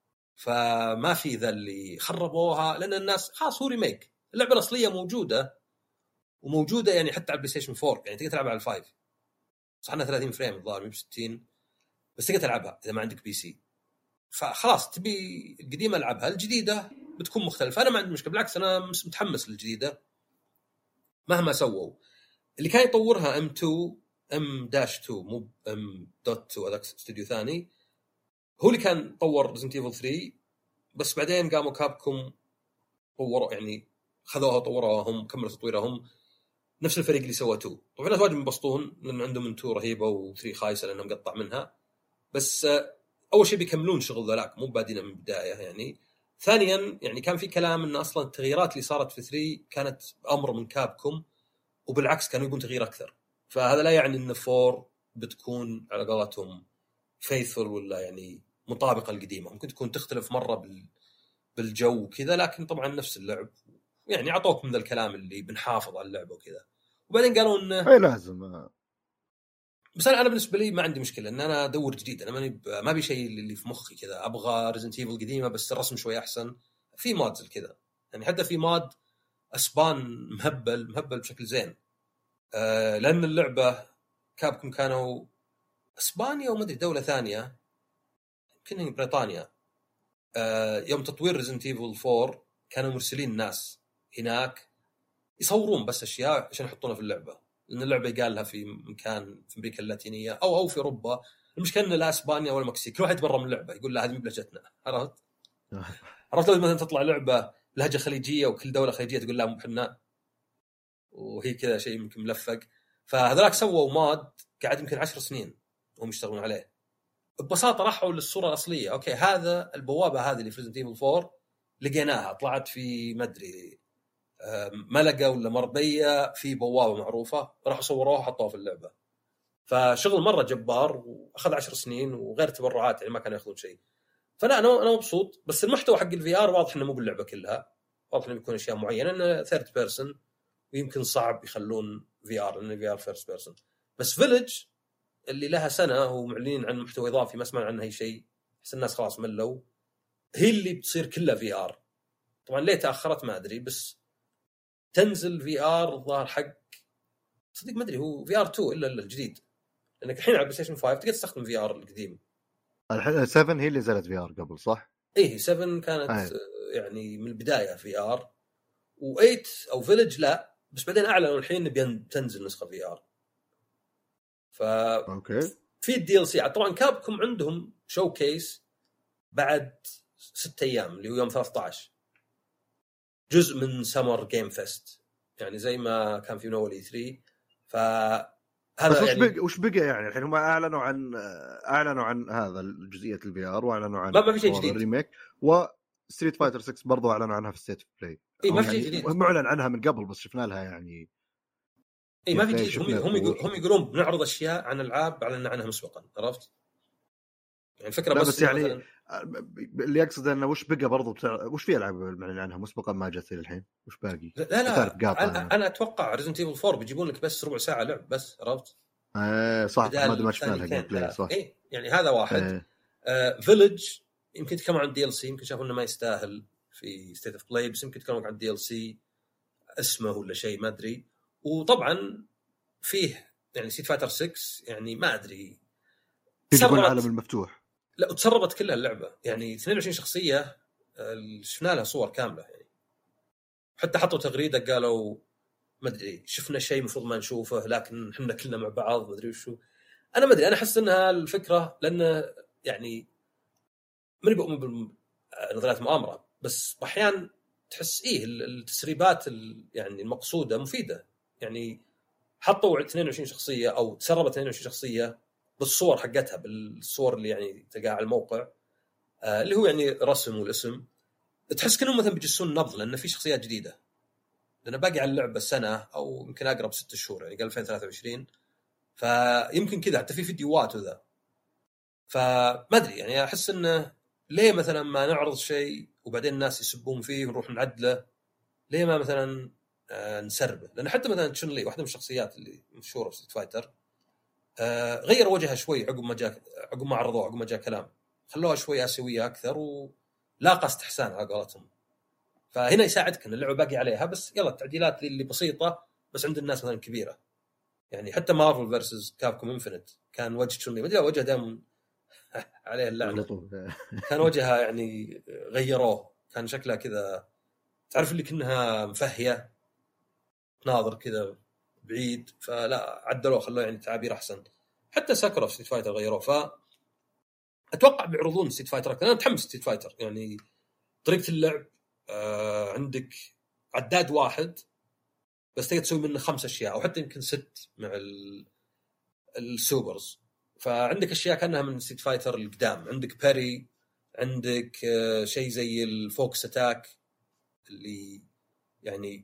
فما في ذا اللي خربوها، لان الناس خلاص هو ريميك. اللعبه الاصليه موجوده وموجوده يعني حتى على البلاي ستيشن فور، يعني تقدر تلعبها على الفايف، صح انها ثلاثين فريم الظاهر مو ستين، بس تقدر تلعبها اذا ما عندك بي سي. فخلاص تبي القديمه العبها، الجديده بتكون مختلفه. انا ما عندي مشكله، بالعكس انا متحمس للجديده مهما سووا. اللي كان يطورها ام تو ام داش تو مو ام دوت تو، هذاك استوديو ثاني، هو اللي كان طور ريزنت ايفل ثري، بس بعدين قاموا كابكم طوروا يعني خذوها وطوروها هم، كملوا تطويرهم نفس الفريق اللي سوى تو. طبعا الناس واجد منبسطون لان عندهم من تو رهيبه وثري خايسه لانه مقطع منها، بس اول شيء بيكملون شغل ذاك مو بادين من البدايه يعني. ثانيا يعني كان في كلام ان اصلا التغييرات اللي صارت في ثري كانت امر من كابكم، وبالعكس كانوا يبون تغيير اكثر. فهذا لا يعني ان فور بتكون على قولتهم فيثفل ولا يعني مطابقه القديمه، ممكن تكون تختلف مره بال بالجو وكذا، لكن طبعا نفس اللعب. يعني عطوك من ذا الكلام اللي بنحافظ على اللعبه وكذا. وبعدين قالوا انه اي لازم. بس انا بالنسبه لي ما عندي مشكله ان انا ادور جديد. انا ماني ما ابي شيء اللي في مخي كذا، ابغى ريزنت ايفل قديمه بس الرسم شوي احسن. في مودز كذا يعني، حتى في مود اسبان مهبل مهبل بشكل زين، آه لان اللعبه كابكم كانوا اسبانيا وما ادري دوله ثانيه يمكن بريطانيا، آه يوم تطوير ريزنت ايفل فور كانوا مرسلين ناس هناك يصورون بس اشياء عشان يحطونها في اللعبه، لان اللعبه يقال لها في مكان في امريكا اللاتينيه او او في اوروبا. المشكله ان لا اسبانيا ولا المكسيك، كل واحد برا من اللعبه يقول لا هذه مو بلهجتنا، عرفت؟ عرفت لو مثلا تطلع لعبه لهجه خليجيه وكل دوله خليجيه تقول لا مو احنا، وهي كذا شيء يمكن ملفق. فهذاك سووا مود قاعد يمكن عشر سنين وهم يشتغلون عليه. ببساطه راحوا للصوره الاصليه، اوكي هذا البوابه هذه اللي في ريزنت ايفل فور لقيناها طلعت في ما ادري ملقه ولا مربيه في بوابه معروفه، راحوا صوروها وحطوها في اللعبه. فشغل مره جبار واخذ عشر سنين وغير تبرعات يعني ما كانوا ياخذون شيء. فلا انا انا مبسوط، بس المحتوى حق الفي ار واضح انه مو باللعبه كلها، واضح انه بيكون اشياء معينه انه ثيرد بيرسون ويمكن صعب يخلون في ار لانه في ار فيرست بيرسون. بس فيلج اللي لها سنه ومعلنين عن محتوى اضافي ما سمعنا عنه اي شيء، بس الناس خلاص ملوا، هي اللي بتصير كلها في ار. طبعا ليه تاخرت ما ادري، بس تنزل في ار الظاهر حق صدق ما ادري هو في ار تو الا الجديد، لانك الحين على بلاي ستيشن فايف تقدر تستخدم في ار القديم. الحين سفن هي اللي نزلت في ار قبل صح؟ ايه سفن كانت آه. يعني من البدايه في ار، وثمانية او فيلج لا، بس بعدين اعلنوا الحين نبي تنزل نسخه في ار. ف اوكي في الدي ال سي طبعا كابكم عندهم شو كيس بعد ستة ايام اللي هو يوم ثلاثة عشر، جزء من سمر جيم فيست يعني زي ما كان في نوول اي ثري. فهذا وش يعني بقى وش بقى يعني الحين هم اعلنوا عن اعلنوا عن هذا الجزئيه الفي ار، واعلنوا عن ما, ما في شيء جديد. الريميك وستريت فايتر ستة برضو اعلنوا عنها في ستيت بلاي. اي ما في يعني شيء جديد، معلن عنها من قبل بس شفنا لها يعني اي ما في جديد. هم هم يقول هم يقولون بنعرض اشياء عن العاب اعلنا عنها مسبقا، عرفت يعني الفكره. بس, بس يعني مثلاً... اللي اقصد انه وش بقى برضو بتاع... وش في العاب معلن عنها مسبقا ما جت الحين، وش باقي؟ لا لا انا, أنا اتوقع ريزنت ايفل فور بيجيبون لك بس ربع ساعه لعب بس، عرفت؟ ايه صح ما ما شفنا لها جيم بلاي صح. ايه يعني هذا واحد. ايه. فيلج يمكن تكلموا عن دي ال سي، يمكن شافوا انه ما يستاهل في ستيت اوف بلاي، بس يمكن تكلموا عن دي ال سي اسمه ولا شيء ما ادري. وطبعا فيه يعني ستريت فايتر ستة يعني ما ادري تجربة العالم المفتوح، لا وتسربت كلها اللعبه يعني اثنين وعشرين شخصيه، شفنا لها صور كامله يعني، حتى حطوا تغريده قالوا ما ادري شفنا شيء مفروض ما نشوفه لكن احنا كلنا مع بعض ما ادري وشو. انا ما ادري، انا احس انها الفكره لان يعني من بؤمن بالنظريات المؤامره، بس احيانا تحس ايه التسريبات يعني المقصوده مفيده. يعني حطوا اثنين وعشرين شخصيه او تسربت اثنين وعشرين شخصيه بالصور حقتها، بالصور اللي يعني تلقاها على الموقع آه اللي هو يعني رسم والاسم، تحس كانهم مثلا بيجسون نبض لان في شخصيات جديده، لأنه باقي على اللعبة سنة أو يمكن أقرب ست شهور يعني قال ألفين وثلاثة وعشرين، فيمكن كذا حتى في فيديوهات وذا. فما أدري يعني أحس إنه ليه مثلا ما نعرض شيء وبعدين الناس يسبون فيه ونروح نعدله، ليه ما مثلا آه نسربه؟ لأن حتى مثلا تشون لي واحدة من الشخصيات اللي مشهورة في ستريت فايتر آه غير وجهها شوي عقب ما جاء عقب ما عرضوه عقب ما جاء كلام، خلوها شوي آسيوية أكثر ولاقى استحسان على قولتهم. فهنا يساعدك ان اللعبه باقي عليها، بس يلا التعديلات اللي بسيطه بس عند الناس مثلا كبيره. يعني حتى مارفل فيرسز كابكوم انفينيت كان وجه تشوني ما ادري وجه دائما عليه اللعنه، كان وجهها يعني غيروه، كان شكلها كذا تعرف اللي كأنها مفهيه ناظر كذا بعيد، فلا عدلوه خلوه يعني تعابير احسن. حتى ساكورا في ستريت فايتر غيروه، ف اتوقع بيعرضون ستريت فايتر. انا متحمس ستريت فايتر يعني طريقه اللعب آه عندك عداد واحد بس تقدر تسوي منه خمس أشياء أو حتى يمكن ست مع السوبرز. فعندك أشياء كأنها من ستريت فايتر القدام، عندك باري، عندك آه شيء زي الفوكس أتاك اللي يعني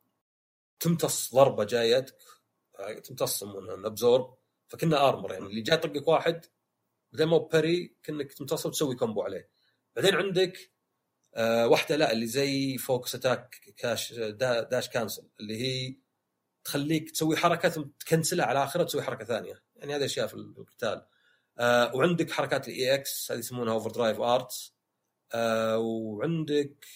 تمتص ضربة جايتك آه تمتص منها أبزورب، فكنا آرمر يعني اللي جاء طقك واحد بدل ما باري كأنك تمتصه وتسوي كومبو عليه. بعدين عندك أه واحدة لا اللي زي فوكس اتاك كاش دا داش كانسل اللي هي تخليك تسوي حركة ثم تكنسلها على آخرها تسوي حركة ثانية، يعني هذه أشياء في القتال. أه وعندك حركات الإي إكس هذه يسمونها أوفر درايف آرتس. أه وعندك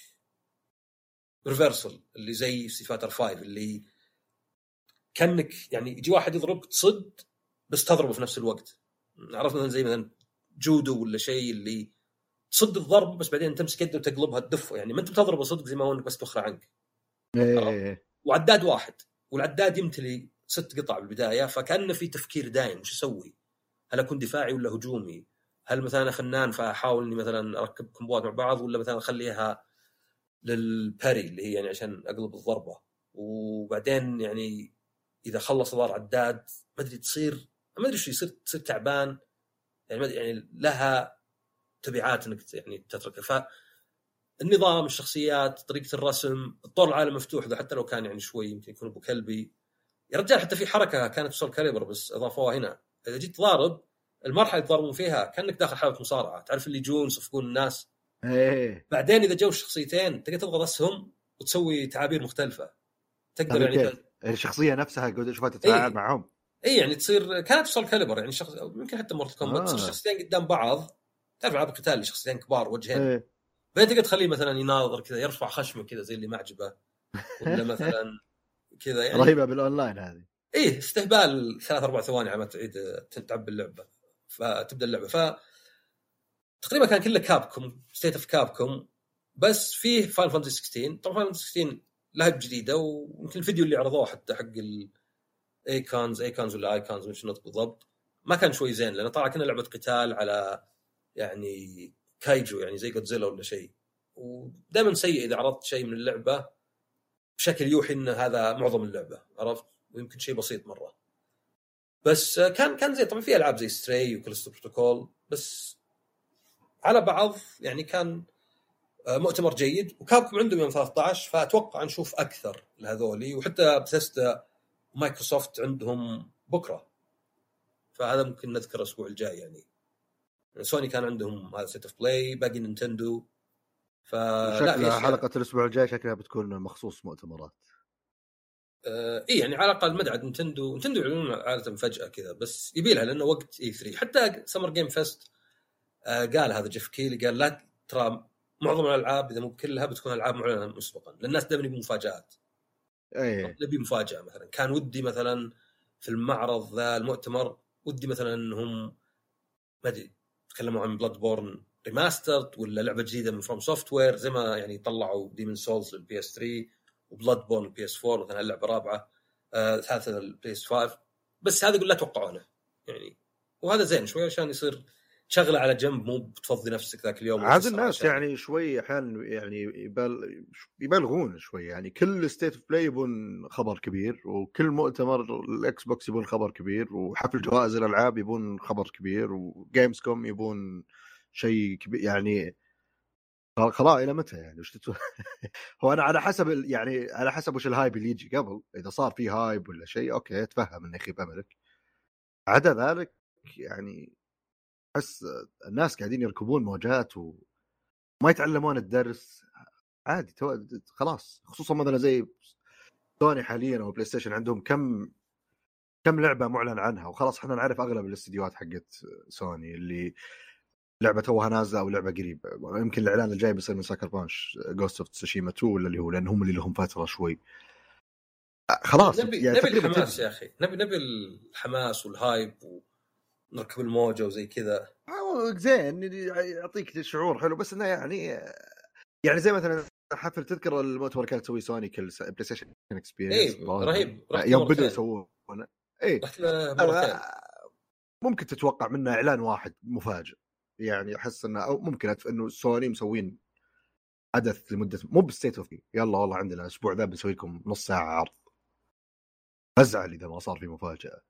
ريفرسل اللي زي ستريت فايتر خمسة اللي كأنك يعني يجي واحد يضربك تصد بس تضربه في نفس الوقت. عرفنا زي مثلا جودو ولا شيء اللي تصد الضرب بس بعدين تمسك يده وتقلبها تدفه، يعني ما انت بتضربه صدق زي ما هو انك بس تخرع عنك. إيه. وعداد واحد والعداد يمتلي ست قطع بالبدايه، فكأنه في تفكير دايم وش اسوي، هل اكون دفاعي ولا هجومي، هل مثلا انا فنان فاحاول اني مثلا اركب كومبوات مع بعض ولا مثلا اخليها للباري اللي هي يعني عشان اقلب الضربه. وبعدين يعني اذا خلص ضار عداد ما ادري تصير ما ادري شو يصير، تصير تعبان يعني ما ادري يعني لها تبعات انك يعني تتركها. فالنظام الشخصيات طريقه الرسم الطور العالم مفتوح ذا حتى لو كان يعني شوي يمكن يكون ابو كلبي يا رجال، حتى في حركه كانت في سول كاليبر بس اضافوها هنا، اذا جيت ضارب المرحله اللي تضربون فيها كانك داخل حلبة مصارعه، تعرف اللي يجون يصفقون الناس. ايه بعدين اذا جو الشخصيتين تقدر تضغط اسهم وتسوي تعابير مختلفه تقدر يعني كيف الشخصيه نفسها قد شوفها تتفاعل إيه؟ معهم. اي يعني تصير كانت في سول كاليبر يعني شخص يمكن حتى مورتل كومبات تصير آه. شخصيتين قدام بعض، تعرف العاب القتال شخصيتين كبار وجهين إيه. بعدين تقدر تخليه مثلا يناظر كذا يرفع خشمه كذا زي اللي معجبه ولا مثلا كذا يعني رهيبه بالاونلاين هذه. ايه استهبال ثلاث اربع ثواني على ما تعيد تعبي اللعبه فتبدا اللعبه. ف تقريبا كان كله كابكوم ستيت اوف كابكوم، بس فيه فاينل فانتسي ستة عشر. طبعا فاينل فانتسي ستة عشر لعبه جديده ويمكن الفيديو اللي عرضوه حتى حق الايكونز ايكونز ولا ايكونز مش نطق بالضبط ما كان شوي زين، لانه طلع كنا لعبه قتال على يعني كايجو يعني زي جودزيلا ولا شيء، ودائما سيء اذا عرضت شيء من اللعبه بشكل يوحي ان هذا معظم اللعبه، عرفت؟ ويمكن شيء بسيط مره بس كان كان زي طبعا في العاب زي ستري وكاليستو بروتوكول، بس على بعض يعني كان مؤتمر جيد. وكابكم عندهم يوم ثلاثة عشر فاتوقع نشوف اكثر لهذولي، وحتى بثيستا ومايكروسوفت عندهم بكره، فهذا ممكن نذكر الاسبوع الجاي. يعني سوني كان عندهم هذا سيت اوف بلاي، باقي نينتندو. فلا حلقه الاسبوع الجاي شكلها بتكون مخصوص مؤتمرات. آه إيه يعني على الأقل مدعد نينتندو نينتندو يعلنون عادة فجأة كذا، بس يبيلها لأنه وقت إي ثري. حتى سمر جيم فيست آه قال هذا جيف كيلي قال لا ترى معظم الالعاب اذا مو كلها بتكون العاب معلنه مسبقا للناس دائما يبي مفاجات. ايه نبي مفاجاه مثلا كان ودي مثلا في المعرض ذا المؤتمر ودي مثلا انهم ما ادري تكلموا عن بلاد بورن ريماسترد ولا لعبه جديده من فروم سوفت وير زي ما يعني طلعوا ديمن سولز للبي اس ثري وبلاد بورن بي اس فور مثلا اللعبه الرابعه آه ثالثه البي اس فايف بس هذا يقول لا توقعونه يعني وهذا زين شوي عشان يصير شغله على جنب مو بتفضي نفسك ذاك اليوم. عاد الناس يعني شوي احيانا يعني يبال يبالغون شوي يعني كل ستيت اوف بلاي يبون خبر كبير وكل مؤتمر الاكس بوكس يبون خبر كبير وحفل جوائز الالعاب يبون خبر كبير وجيمز كوم يبون شيء كبير يعني خلاص الى متى يعني وش تتو... هو انا على حسب يعني على حسب وش الهايب اللي يجي قبل اذا صار في هايب ولا شيء اوكي اتفهم انه يخيب املك عدا ذلك يعني أحس الناس قاعدين يركبون موجات وما يتعلمون الدرس عادي تو... خلاص خصوصا مثلا زي سوني حاليا او بلاي ستيشن عندهم كم كم لعبه معلن عنها وخلاص احنا نعرف اغلب الاستديوهات حقت سوني اللي لعبه توها نازله او لعبه قريب يمكن الاعلان الجاي بيصير من ساكر بانش جوست اوف تسوشيما تو ولا اللي هو لان هم اللي لهم فتره شوي خلاص نبي يعني نبي الحماس تبدي. يا اخي نبي نبي الحماس والهايب ونركب الموجه وزي كذا زين يعطيك شعور حلو بس انه يعني يعني زي مثلا حفل تذكر المؤتمر كانت تسوي سوني كل بلاي ستيشن اكسبيرينس ايه رهيب يوم بدوا يسوون ايه رحت له مرتين ممكن تتوقع منه اعلان واحد مفاجئ يعني احس انه او ممكن انه سوني مسوين حدث لمده مو بالستيت اوف يلا والله عندنا الاسبوع ذا بنسوي لكم نص ساعه عرض ازعل اذا ما صار في مفاجاه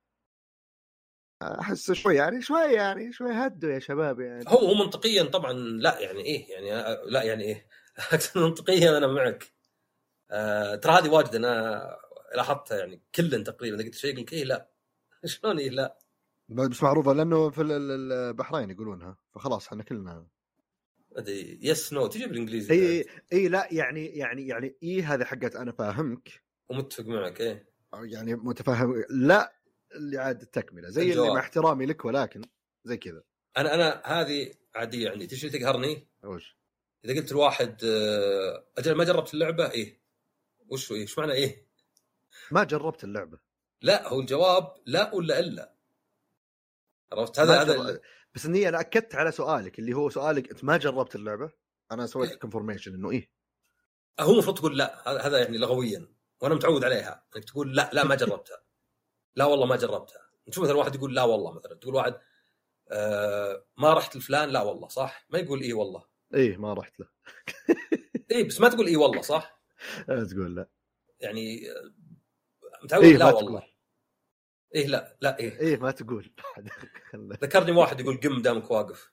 احس شوي يعني شوي يعني شوي هدوا يا شباب يعني هو هو منطقيا طبعا لا يعني ايه يعني لا يعني ايه منطقيا انا معك آه ترى هذه واجد انا لاحظتها يعني كلن تقريبا اذا قلت شيء يقول ايه لا شلون ايه لا بس معروفه لانه في البحرين يقولونها فخلاص احنا كلنا ادري يس نو تجي بالانجليزي اي اي لا يعني يعني يعني اي هذه حقت انا فاهمك ومتفق معك ايه يعني متفاهم لا اللي عاد التكمله زي الجواب. اللي مع احترامي لك ولكن زي كذا انا انا هذه عاديه عندي تشي تقهرني وش اذا قلت الواحد اجل ما جربت اللعبه ايه وش ايه ايش معنى ايه ما جربت اللعبه لا هو الجواب لا ولا الا عرفت هذا هذا جر... بس اني انا اكدت على سؤالك اللي هو سؤالك انت ما جربت اللعبه انا سويت كونفورميشن انه ايه هو المفروض تقول لا هذا يعني لغويا وانا متعود عليها انك تقول لا لا ما جربتها لا والله ما جربتها نشوف مثلا واحد يقول لا والله مثلا تقول واحد آه ما رحت لفلان لا والله صح ما يقول ايه والله ايه ما رحت له ايه بس ما تقول ايه والله صح تقول لا يعني متعود إيه لا والله تقول. ايه لا لا ايه ايه ما تقول ذكرني واحد يقول قم دامك واقف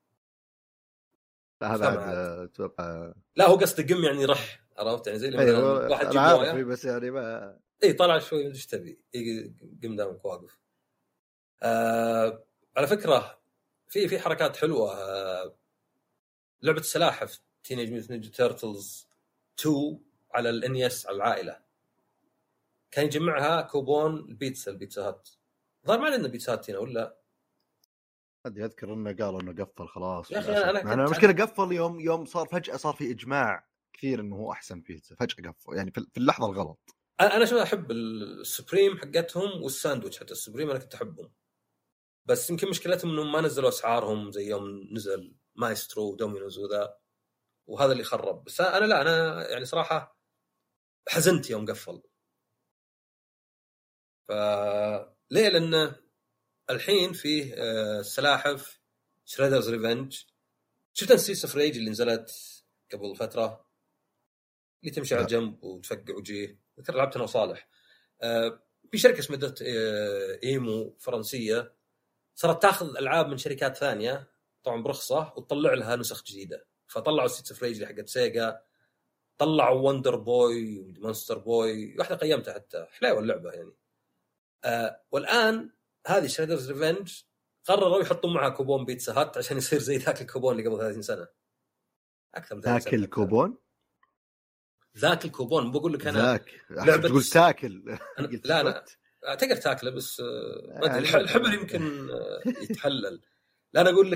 هذا اتوقع لا هو قصده قم يعني رح عرفت يعني زي اللي مثلا أيوة واحد يجيب مويه بس يعني ما اي طلع شوي ايش تبي قم دامك واقف آه على فكره في في حركات حلوه آه لعبه السلاحف تينيج ميوتنت نينجا تيرتلز تو على الان اس على العائله كان يجمعها كوبون البيتزا البيتزا هات ظهر ما عندنا بيتزا هات هنا ولا ادري اذكر انه قالوا انه قفل خلاص يا اخي انا انا المشكله قفل يوم يوم صار فجاه صار في اجماع كثير انه هو احسن بيتزا فجاه قفل يعني في اللحظه الغلط. انا شو احب السبريم حقتهم والساندويتش حتى السبريم انا كنت احبهم بس يمكن مشكلتهم انهم ما نزلوا اسعارهم زي يوم نزل مايسترو ودومينوز وذا وهذا اللي خرب بس انا لا انا يعني صراحه حزنت يوم قفل ف ليه لان الحين فيه سلاحف شريدرز ريفنج شفت نسيس فريج اللي نزلت قبل فتره اللي تمشي على جنب وتفقع وجيه ذكر لعبت انا وصالح في شركه اسمها ايمو فرنسيه صارت تاخذ العاب من شركات ثانيه طبعا برخصه وتطلع لها نسخ جديده فطلعوا ستيتس فريج اللي حقت سيجا طلعوا وندر بوي ومونستر بوي واحده قيمتها حتى حلوه اللعبه يعني آه والان هذه شريدرز ريفنج قرروا يحطوا معها كوبون بيتزا هات عشان يصير زي ذاك الكوبون اللي قبل ثلاثين سنه اكثر من ثلاثين سنه ذاك الكوبون ذاك الكوبون بقول لك انا ذاك لعبه تقول تاكل لا لا تقدر تاكله بس ما ادري الحبر يمكن يتحلل لا انا اقول لك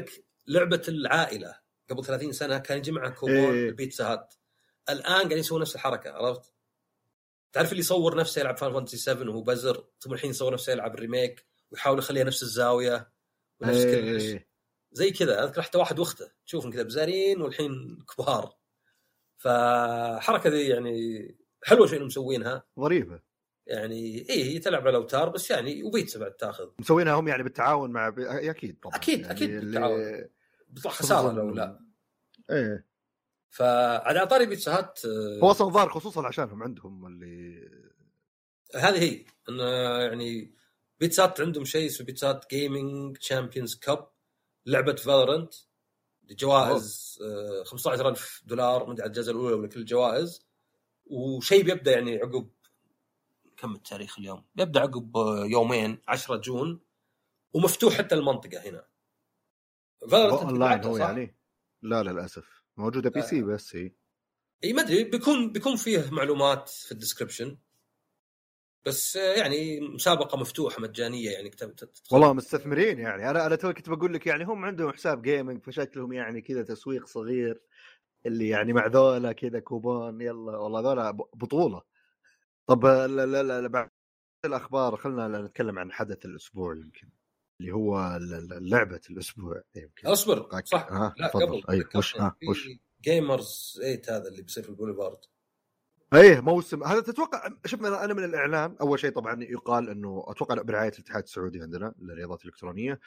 لعبه العائله قبل ثلاثين سنه كان يجمع كوبون إيه. البيتزا هات، الان قاعدين يسوون نفس الحركه. عرفت؟ تعرف اللي يصور نفسه يلعب فان فانتسي سبعة وهو بزر، ثم الحين يصور نفسه يلعب الريميك ويحاول يخليها نفس الزاويه ونفس إيه. كلش زي كذا. اذكر حتى واحد واخته تشوفهم كذا بزارين والحين كبار. فحركه ذي يعني حلوه شيء مسوينها، ظريفه يعني ايه هي تلعب على الاوتار بس يعني وبيتزا بعد تاخذ. مسوينها هم يعني بالتعاون مع ب... اكيد طبعا اكيد يعني اكيد بالتعاون، بيطلع خساره لو لا. ايه. فعلى طاري بيتزا هات هو اصلا ظاهر خصوصا عشانهم عندهم اللي هذه هي انه يعني بيتزا هات عندهم شيء اسمه بيتزا هات جيمنج تشامبيونز كاب، لعبه فالورنت جوائز خمسة عشر ألف دولار من على الجائزه الاولى ولا كل الجوائز. وشيء بيبدا يعني عقب كم التاريخ اليوم، بيبدا عقب يومين عشرة جون، ومفتوح حتى المنطقه هنا. فالورنت اونلاين هو يعني لا للاسف موجوده بي سي بس هي اي ما ادري بيكون بيكون فيه معلومات في الديسكربشن بس يعني مسابقه مفتوحه مجانيه يعني كتبت والله مستثمرين يعني. انا انا تو كنت بقول لك يعني هم عندهم حساب جيمنج فشكلهم يعني كذا تسويق صغير اللي يعني مع ذولا كذا كوبون يلا والله ذولا بطوله. طب لا لا لا بعد الاخبار خلنا نتكلم عن حدث الاسبوع يمكن اللي هو لعبه الاسبوع يمكن. اصبر صح ها لا فضل. قبل اي وش ها وش جيمرز ثمانية هذا اللي بيصير في البوليفارد. ايه موسم هذا تتوقع. شفنا انا من الاعلان اول شيء طبعا يقال انه اتوقع برعايه الاتحاد السعودي عندنا للرياضات الالكترونيه.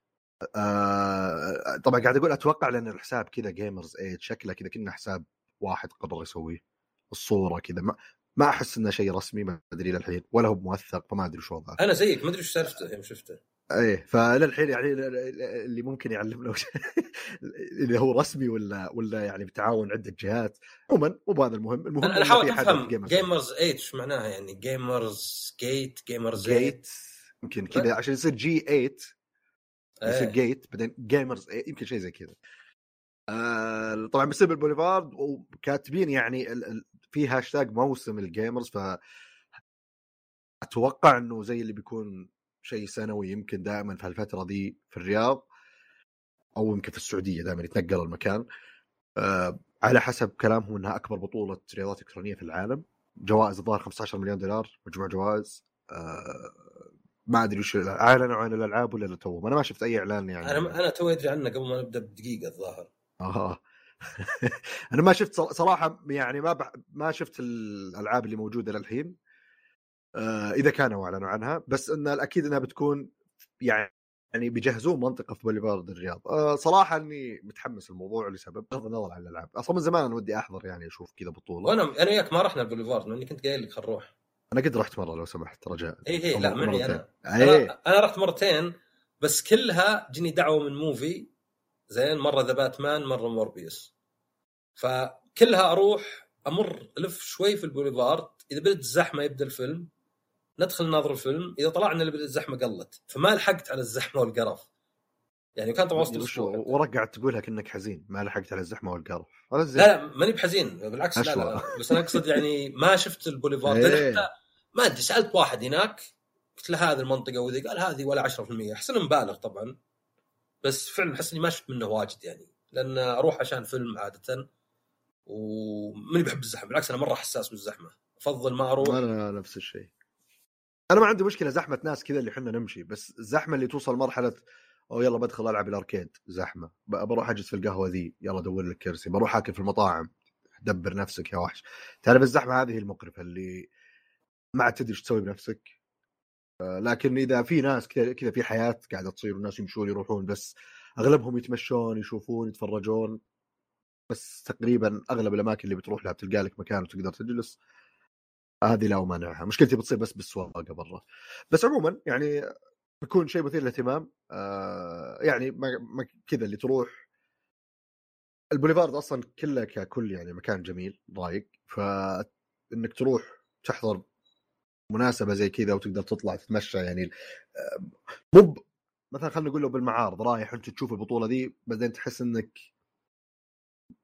آه طبعا قاعد اقول اتوقع لان الحساب كذا جيمرز ثمانية شكله كذا كنا حساب واحد قرر يسويه الصوره كذا ما ما احس انه شيء رسمي ما ادري للحين ولا هو موثق فما ادري شو وضعه. انا زيك ما ادري ايش سالفته يوم شفته. ايه فللحين يعني اللي ممكن يعلمنا اللي هو رسمي ولا ولا يعني بتعاون عده جهات. عموما مو بهذا المهم. المهم انا حاول افهم جيمرز ثمانية ايش معناها يعني جيمرز جيت جيمرز جيت يمكن كذا عشان يصير جي ثمانية يصير جيت بعدين جيمرز ثمانية يمكن شيء زي كذا. آه طبعا بسبب البوليفارد وكاتبين يعني في هاشتاج موسم الجيمرز ف اتوقع انه زي اللي بيكون شيء سنوي يمكن دائما في هالفتره دي في الرياض او يمكن في السعوديه دائما يتنقل المكان. آه على حسب كلامهم انها اكبر بطوله رياضات الكترونيه في العالم. جوائز الظاهر خمسة عشر مليون دولار مجموع جوائز. آه ما ادري وش اعلنوا عن الالعاب ولا تو انا ما شفت اي اعلان يعني. انا انا تو ادري عنه قبل ما نبدا بدقيقه الظاهر. اه انا ما شفت صراحه يعني ما بح... ما شفت الالعاب اللي موجوده للحين. آه اذا كانوا اعلنوا عنها بس ان الاكيد انها بتكون يعني يعني بيجهزون منطقه في بوليفارد الرياض. آه صراحه اني متحمس الموضوع لسبب بغض النظر عن الالعاب اصلا من زمان انا ودي احضر يعني اشوف كذا بطوله. وانا انا وياك ما رحنا البوليفارد لاني كنت قايل لك خل نروح. انا قد رحت مره لو سمحت رجاء. اي اي لا معي انا. أيه. انا انا رحت مرتين بس كلها جني دعوه من موفي زين. مره ذا باتمان مره موربيوس فكلها اروح امر الف شوي في البوليفارد. اذا بدت الزحمه يبدا الفيلم ندخل ناظر الفيلم. اذا طلعنا اللي بدت الزحمه قلت فما لحقت على الزحمه والقرف يعني. كان طبعا وسط الاسبوع ورق قاعد تقولها كأنك حزين ما لحقت على الزحمه والقرف. لا لا ماني بحزين بالعكس لا لا بس انا اقصد يعني ما شفت البوليفارد. حتى ما ادري سالت واحد هناك قلت له هذه المنطقه وذي قال هذه ولا عشرة بالمية. احس انه مبالغ طبعا بس فعلا احس اني ما شفت منه واجد يعني لان اروح عشان فيلم عاده وماني بحب الزحمه. بالعكس انا مره حساس بالزحمه افضل ما اروح. انا نفس الشيء. انا ما عندي مشكله زحمه ناس كذا اللي احنا نمشي بس الزحمه اللي توصل مرحله او يلا بدخل العب الاركيد زحمه بروح اجلس في القهوه ذي يلا دور لك كرسي بروح اكل في المطاعم دبر نفسك يا وحش. تعرف الزحمه هذه المقرفه اللي ما عاد تدري ايش تسوي بنفسك. لكن اذا في ناس كذا كذا في حياه قاعده تصير والناس يمشون يروحون بس اغلبهم يتمشون يشوفون يتفرجون بس تقريبا اغلب الاماكن اللي بتروح لها بتلقى لك مكان وتقدر تجلس. هذه لا مانعها. مشكلتي بتصير بس بالسواقه برا. بس عموما يعني بيكون شيء مثير للاهتمام. آه يعني ما كذا اللي تروح البوليفارد اصلا كله ككل يعني مكان جميل ضايق فانك تروح تحضر مناسبه زي كذا وتقدر تطلع تتمشى يعني مو مثلا خلينا نقول له بالمعارض رايح انت تشوف البطوله دي بعدين تحس انك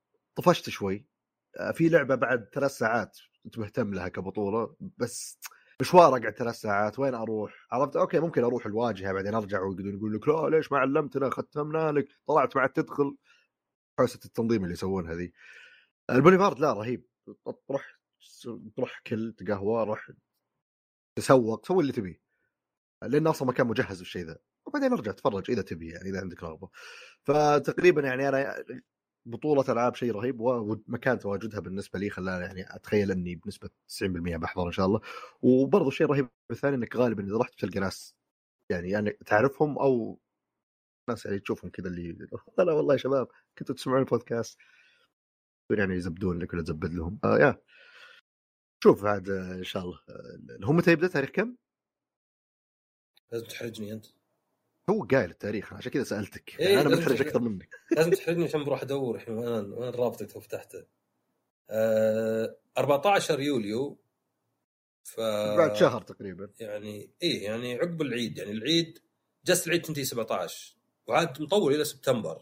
طفشت شوي. في لعبه بعد ثلاث ساعات انت مهتم لها كبطوله بس مشوار اقعد ثلاث ساعات وين اروح؟ عرفت؟ اوكي ممكن اروح الواجهه بعدين ارجع ويقولون يقول لك لا ليش ما علمتنا ختمنا لك طلعت بعد تدخل حوسه التنظيم اللي يسوون هذه. البوليفارد لا رهيب، تروح تروح كل قهوه روح تسوق سوي اللي تبيه لان اصلا مكان مجهز بالشيء ذا وبعدين ارجع تفرج اذا تبي يعني اذا عندك رغبه. فتقريبا يعني انا بطوله العاب شيء رهيب ومكان تواجدها بالنسبه لي خلاني يعني اتخيل اني بنسبه تسعين بالمئة بحضر ان شاء الله. وبرضه شيء رهيب الثاني انك غالبا اذا رحت تلقى ناس يعني يعني تعرفهم او ناس يعني تشوفهم كذا اللي لا والله يا شباب كنتوا تسمعون البودكاست يعني يزبدون لك ولا تزبد لهم. آه يا شوف عاد ان شاء الله. هم متى يبدا تاريخ كم؟ لازم تحرجني انت. هو قايل التاريخ عشان كذا سالتك. إيه يعني انا لازم محرج تحرج- اكثر منك. لازم تحرجني عشان بروح ادور الحين وين وين رابطك تو فتحته. آه أربعة عشر يوليو ف بعد شهر تقريبا. يعني ايه يعني عقب العيد، يعني العيد جلسة العيد تنتهي سبعة عشر وعاد مطول الى سبتمبر.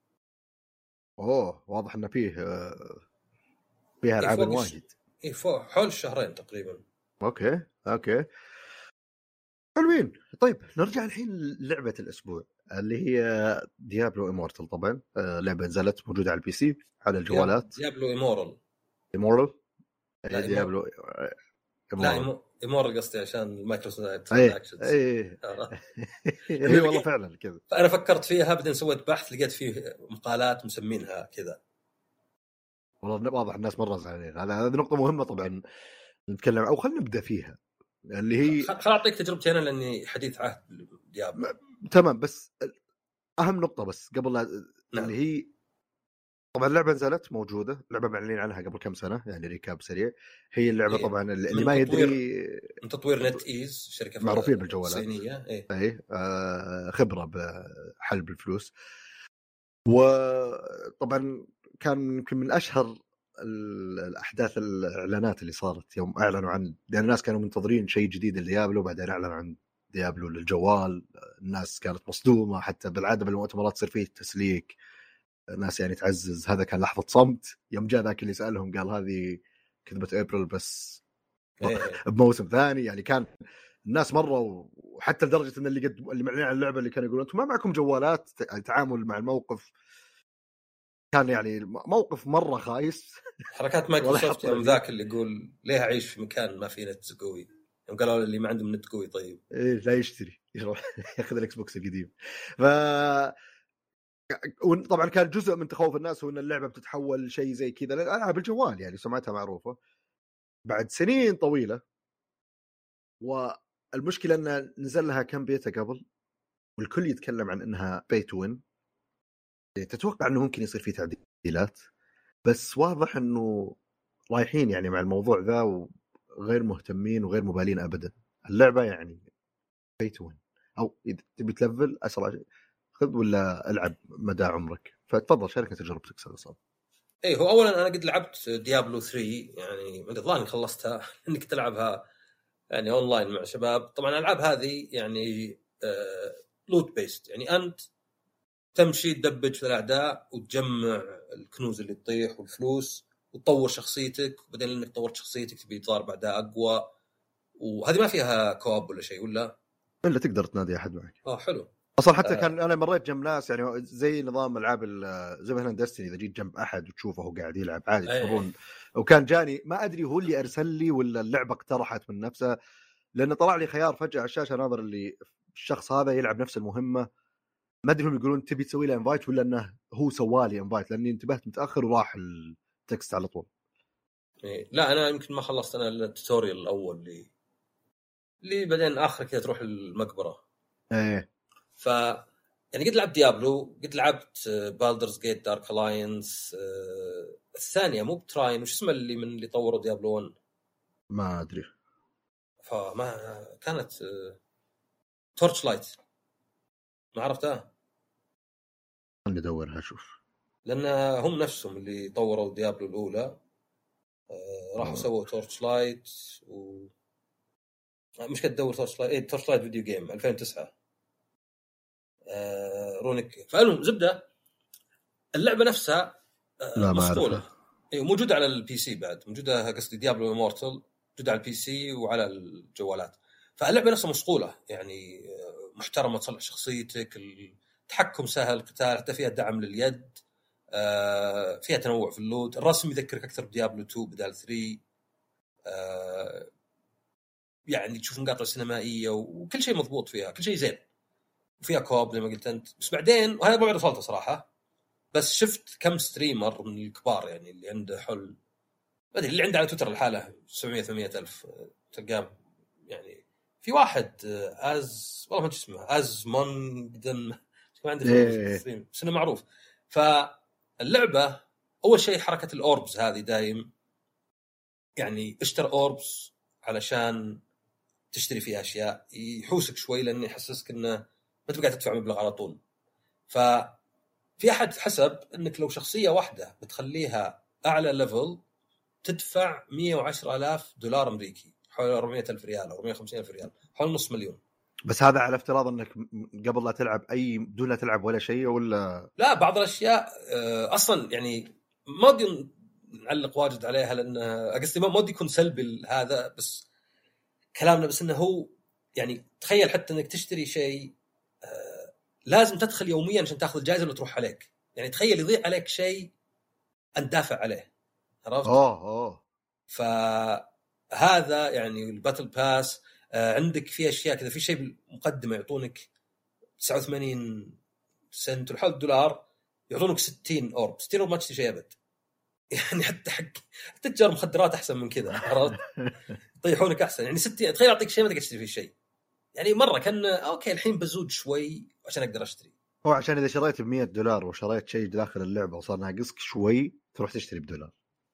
اوه واضح ان فيه آه، فيها إيه العاب فوق الش... واجد. ايه فوق حول الشهرين تقريبا. اوكي اوكي حلوين. طيب نرجع الحين للعبة الأسبوع اللي هي ديابلو إمورتال. طبعا آه، لعبة نزلت موجودة على البي سي على الجوالات. ديابلو إيمورال. إيمورال لا ديابلو لا إيمورال. إيمورال قصدي عشان المايكروسوفت أيه ترانزاكشنز. أيه إيه والله فعلا كذا. فأنا فكرت فيها بعدين سويت بحث لقيت فيه مقالات مسمينها كذا. والله واضح الناس مرة زعلانين. هذا هذه نقطة مهمة طبعا نتكلم أو خلينا نبدأ فيها اللي هي خل أعطيك تجربتي أنا لأني حديث عهد ديابلو. تمام. بس أهم نقطة بس قبل لا نعم. اللي هي طبعا اللعبة نزلت موجودة، لعبة معلنين عنها قبل كم سنة يعني ريكاب سريع. هي اللعبة إيه. طبعا اللي ما يدري من تطوير نت إيز شركة معروفين بالجوالات الصينية. إيه. ايه آه خبرة بحل بالفلوس. وطبعا كان يمكن من أشهر الأحداث الإعلانات اللي صارت يوم أعلنوا عن، لأن الناس كانوا منتظرين شيء جديد لديابلو بعدين أعلنوا عن ديابلو للجوال. الناس كانت مصدومة، حتى بالعادة بالمؤتمرات تصير فيه تسليك الناس يعني تعزز. هذا كان لحظة صمت يوم جاء ذاك اللي سألهم قال هذه كذبة أبريل بس إيه. بموسم ثاني. يعني كان الناس مرة، وحتى لدرجة ان اللي قد اللي معلنين عن اللعبة اللي كانوا يقولون انتم ما معكم جوالات. التعامل مع الموقف كان يعني موقف مرة خايس. حركات مايكروسوفت يوم ذاك اللي يقول ليه أعيش في مكان ما فيه نت قوي، يوم قالوا اللي ما عندهم نت قوي طيب إيه لا يشتري يروح ياخذ الاكس بوكس القديم. ف طبعا كان جزء من تخوف الناس هو ان اللعبة بتتحول شيء زي كذا لألعاب الجوال يعني سمعتها معروفة بعد سنين طويلة. والمشكلة ان نزل لها كم بيتا قبل والكل يتكلم عن انها pay to win. تتوقع انه ممكن يصير فيه تعديلات بس واضح انه رايحين يعني مع الموضوع ذا وغير مهتمين وغير مبالين ابدا. اللعبه يعني pay to win او اذا تبي تلفل اسرع خذ ولا العب مدى عمرك. فتفضل شاركنا تجربتك استاذ صاد. اي هو اولا انا قد لعبت ديابلو ثري يعني من الظاهر خلصتها انك تلعبها يعني اونلاين مع شباب. طبعا الالعاب هذه يعني آه لوت بيست، يعني انت تمشي تدبج في الاعداء وتجمع الكنوز اللي تطيح والفلوس وتطور شخصيتك، وبعدين انك طورت شخصيتك تبي تضارب اعداء اقوى. وهذه ما فيها كواب ولا شيء ولا الا تقدر تنادي احد معك. اه حلو اصلا حتى آه. كان انا مريت جنب ناس يعني زي نظام العاب زي مثلا ديستني اذا جيت جنب احد وتشوفه هو قاعد يلعب عادي تمرون. وكان جاني ما ادري هو اللي ارسل لي ولا اللعبه اقترحت من نفسها، لانه طلع لي خيار فجاه على الشاشه ناظر اللي الشخص هذا يلعب نفس المهمه. ما ادري هم يقولون تبي تسوي له انفايت ولا انه هو سوالي انفايت لاني انتبهت متاخر وراح التكست على طول. إيه. لا انا يمكن ما خلصت انا التوتوريال الاول اللي اللي بعدين اخر كذا تروح المقبره. ايه ف يعني قد لعبت ديابلو، قد لعبت بالدرز جيت دارك الاينس الثانيه مو بتراين وش اسمه اللي من اللي طوروا ديابلو ون ما ادري. فما كانت تورتش لايت ما عرفتها. خلني ادورها اشوف لان هم نفسهم اللي طوروا ديابلو الاولى راحوا سووا تورتش لايت و مش قد دور تورتش لايت ايه تورتش لايت فيديو جيم ألفين وتسعة آه رونيك. فالمهم زبده اللعبه نفسها آه مصقوله. ايوه موجوده على البي سي بعد موجوده قصدي ديابلو امورتال موجوده على البي سي وعلى الجوالات. فاللعبه نفسها مصقوله يعني محترمه، تصلح شخصيتك، التحكم سهل، القتال حتى فيها دعم لليد، فيها تنوع في اللود، الرسم يذكرك اكثر بديابلو تو بدال ثري، يعني تشوف مقاطع سينمائيه وكل شيء مضبوط فيها، كل شيء زين، وفيها كوب زي ما قلت انت. بس بعدين وهذا بعد وصلته صراحه، بس شفت كم ستريمر من الكبار يعني اللي عنده حل بدري، اللي عنده على تويتر الحاله سبعمية ثمانمية ألف تلقاه يعني. في واحد از والله ما اسمه ازمون قدم كمان عنده في ستريم بس انه معروف. فاللعبه اول شيء حركه الاوربز هذه دايم، يعني اشتري اوربز علشان تشتري فيها اشياء، يحوسك شوي لانه يحسسك انه ما تبغى تدفع مبلغ على طول. ففي احد حسب انك لو شخصيه واحده بتخليها اعلى ليفل تدفع مية وعشرة آلاف دولار امريكي، حوالي أربعمية ألف ريال او أربعمية وخمسين ألف ريال، حوالي نص مليون. بس هذا على افتراض انك قبل لا تلعب اي بدون لا تلعب ولا شيء ولا لا؟ بعض الاشياء اصلا يعني ما ودي نعلق واجد عليها لان قصدي ما ودي يكون سلبي هذا، بس كلامنا بس انه هو يعني تخيل حتى انك تشتري شيء آه لازم تدخل يوميا عشان تاخذ الجائزه اللي تروح عليك، يعني تخيل يضيع عليك شيء انت دافع عليه، عرفت؟ اوه اوه فهذا يعني الباتل باس آه عندك في اشياء كذا، في شيء بالمقدمه يعطونك تسعة وثمانين سنت وحول الدولار، يعطونك ستين اورب. ستين اورب ما تشتري شيء ابد يعني حتى حق حتى تجار مخدرات احسن من كذا، عرفت؟ يطيحونك احسن يعني ستين. تخيل اعطيك شيء ما تقدر تشتري فيه شيء، يعني مره كان اوكي الحين بزود شوي عشان اقدر اشتري. هو عشان اذا شريت ب مية دولار وشريت شيء داخل اللعبه وصار ناقصك شوي تروح تشتري بدولار،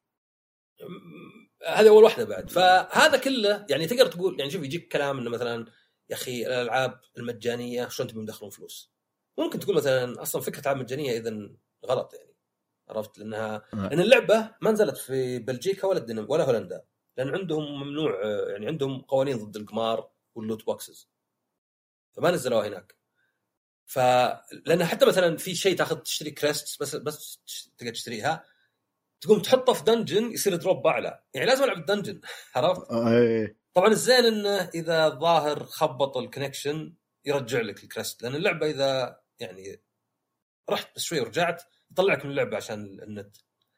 هذا اول واحده بعد. فهذا كله يعني تقدر تقول يعني شوف يجيك كلام انه مثلا يا اخي الالعاب المجانيه شلون تبي يدخلون فلوس، ممكن تقول مثلا اصلا فكره العاب مجانيه اذا غلط يعني، عرفت؟ لانها لان اللعبه ما نزلت في بلجيكا ولا الدنمارك ولا هولندا، لان عندهم ممنوع يعني عندهم قوانين ضد القمار واللوت بوكسز، فما نزلوها هناك. فلان حتى مثلا في شيء تاخذ تشتري كريست بس بس تقدر تشتريها تقوم تحطه في دنجن يصير دروب اعلى، يعني لازم العب الدنجن، عرفت؟ طبعا الزين انه اذا ظاهر خبط الكونكشن يرجع لك الكريست، لان اللعبه اذا يعني رحت بس شوي ورجعت يطلعك من اللعبه عشان النت.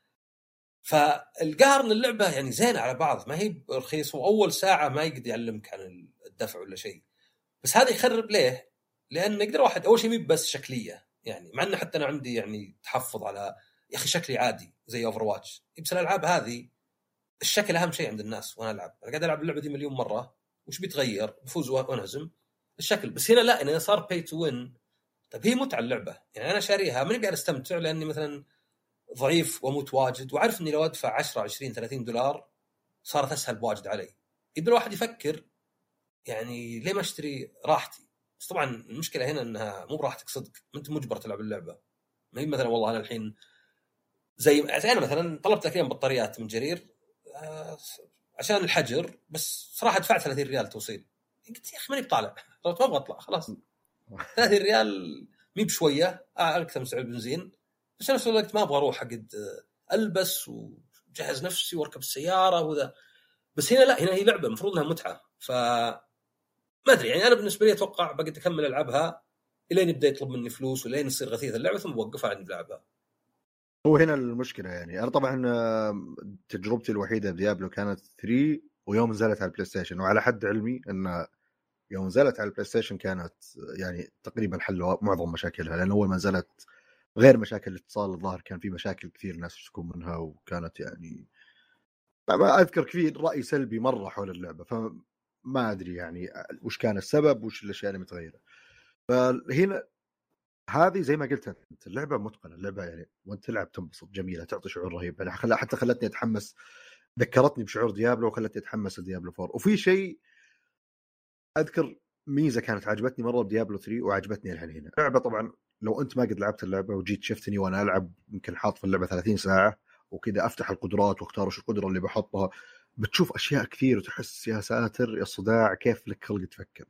فالقهر ان اللعبه يعني زينه على بعض، ما هي رخيص، واول ساعه ما يقدر يعلمك عن الدفع ولا شيء، بس هذا يخرب ليه؟ لان يقدر واحد اول شيء مي بس شكليه يعني، مع انه حتى انا عندي يعني تحفظ على يا اخي شكلي عادي زي اوفر واتش، بس الالعاب هذه الشكل اهم شيء عند الناس. وانا العب انا قاعد العب اللعبه دي مليون مره، وش بيتغير؟ بفوز وانهزم الشكل. بس هنا لا، انه صار باي تو وين. طيب هي متعه اللعبه يعني، انا شاريها ماني قاعد استمتع لاني مثلا ضعيف واموت واجد، وعارف اني لو ادفع عشرة عشرين ثلاثين دولار صارت اسهل بواجد علي. يبدأ الواحد يفكر يعني ليه ما اشتري راحتي؟ بس طبعا المشكله هنا انها مو براحتك صدق، انت مجبر تلعب اللعبه. ما هي مثلا والله انا الحين زي انا مثلا طلبت اكريم بطاريات من جرير آه عشان الحجر، بس صراحه دفعت ثلاثين ريال توصيل. قلت يا اخي ماني بطالع، ما ابغى اطلع خلاص. ثلاثين ريال مي بشويه اكثر من سعر البنزين، بس نفس الوقت ما ابغى اروح اقعد البس وجهز نفسي واركب السياره وذا. بس هنا لا، هنا هي لعبه المفروض انها متعه. ف ما ادري يعني، انا بالنسبه لي اتوقع بقيت اكمل العبها الين يبدا يطلب مني فلوس ولين يصير غثيث اللعبه ثم بوقفها عند لعبها. هو هنا المشكله يعني. انا طبعا تجربتي الوحيده بديابلو كانت ثري ويوم نزلت على البلاي ستيشن، وعلى حد علمي ان يوم نزلت على البلاي ستيشن كانت يعني تقريبا حلوا معظم مشاكلها، لان اول ما نزلت غير مشاكل الاتصال الظاهر كان في مشاكل كثير ناس يشتكون منها، وكانت يعني ما اذكر كثير راي سلبي مره حول اللعبه، فما ادري يعني وش كان السبب وش الاشياء اللي متغيره. فهنا هذه زي ما قلت انت اللعبه متقنه، اللعبه يعني وانت تلعب تنبسط جميله تعطي شعور رهيب يعني، خل... حتى خلتني اتحمس، ذكرتني بشعور ديابلو وخلتني اتحمس لديابلو فور. وفي شيء اذكر ميزه كانت عجبتني مره بديابلو ثري وعجبتني الحين هنا. اللعبه طبعا لو انت ما قد لعبت اللعبه وجيت شفتني وانا العب يمكن حاط في اللعبه ثلاثين ساعه وكذا افتح القدرات واختار وش القدره اللي بحطها، بتشوف اشياء كثير وتحس يا ساتر يا صداع كيف لك خلق تفكر.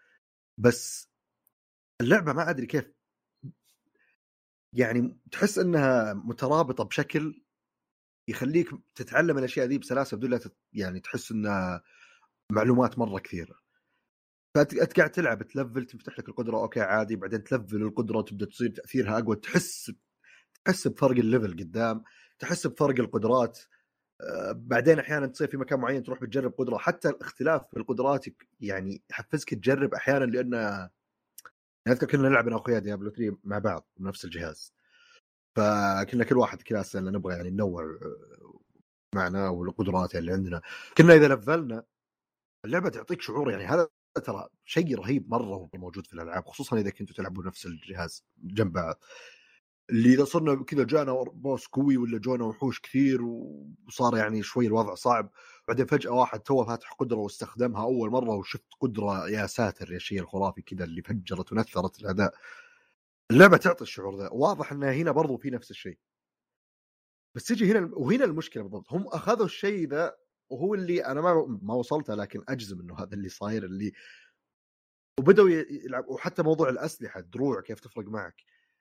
بس اللعبه ما ادري كيف يعني تحس انها مترابطه بشكل يخليك تتعلم الاشياء دي بسلاسه بدون لا تت... يعني تحس انها معلومات مره كثيره. فانت قاعد تلعب تلفل تفتح لك القدره اوكي عادي، بعدين تلفل القدره تبدا تصير تاثيرها اقوى، تحس تحس بفرق الليفل قدام، تحس بفرق القدرات. آه بعدين احيانا تصير في مكان معين تروح بتجرب قدره، حتى الاختلاف في القدرات يعني يحفزك تجرب احيانا، لان اذكر كنا نلعب انا واخويا ديابلو ثري مع بعض بنفس الجهاز، فكنا كل واحد كلاس اللي نبغى يعني ننوع معنا والقدرات اللي عندنا. كنا اذا لفلنا اللعبه تعطيك شعور، يعني هذا ترى شيء رهيب مره موجود في الالعاب، خصوصا اذا كنتوا تلعبون نفس الجهاز جنب بعض. اللي اذا صرنا كذا جانا بوس قوي ولا جونا وحوش كثير وصار يعني شوي الوضع صعب، بعدين فجاه واحد توه فاتح قدره واستخدمها اول مره وشفت قدره يا ساتر يا شيء الخرافي كذا اللي فجرت ونثرت الاداء. اللعبه تعطي الشعور ذا، واضح انها هنا برضو في نفس الشيء. بس تجي هنا وهنا المشكله بالضبط، هم اخذوا الشيء ذا وهو اللي انا ما ما وصلته، لكن اجزم انه هذا اللي صاير، اللي وبدأوا يلعبوا. وحتى موضوع الاسلحه الدروع كيف تفرق معك،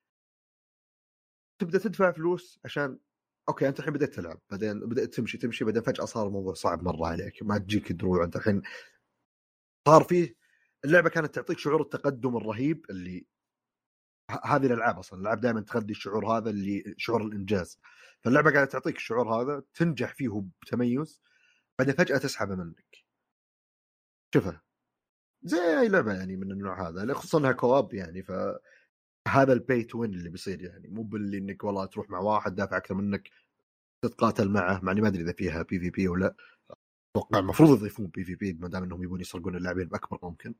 تبدا تدفع فلوس عشان اوكي انت الحين بدأت تلعب، بعدين بدأت تمشي تمشي بعدين فجاه صار الموضوع صعب مره عليك، ما تجيك دروع. انت الحين صار فيه اللعبه كانت تعطيك شعور التقدم الرهيب اللي هذه الالعاب اصلا الالعاب دائما تخلي الشعور هذا اللي شعور الانجاز، فاللعبه قاعده تعطيك الشعور هذا تنجح فيه بتميز، بعدين فجاه تسحبه منك. شوفها زي اي لعبه يعني من النوع هذا، خصوصا انها كواب يعني، فهذا البي تو وين اللي بيصير يعني، مو باللي انك والله تروح مع واحد دافع اكثر منك تتقاتل معه، معني ما ادري اذا فيها بي في بي ولا، اتوقع المفروض يضيفون بي في بي ما دام انهم يبون يسرقون اللاعبين باكبر ممكن.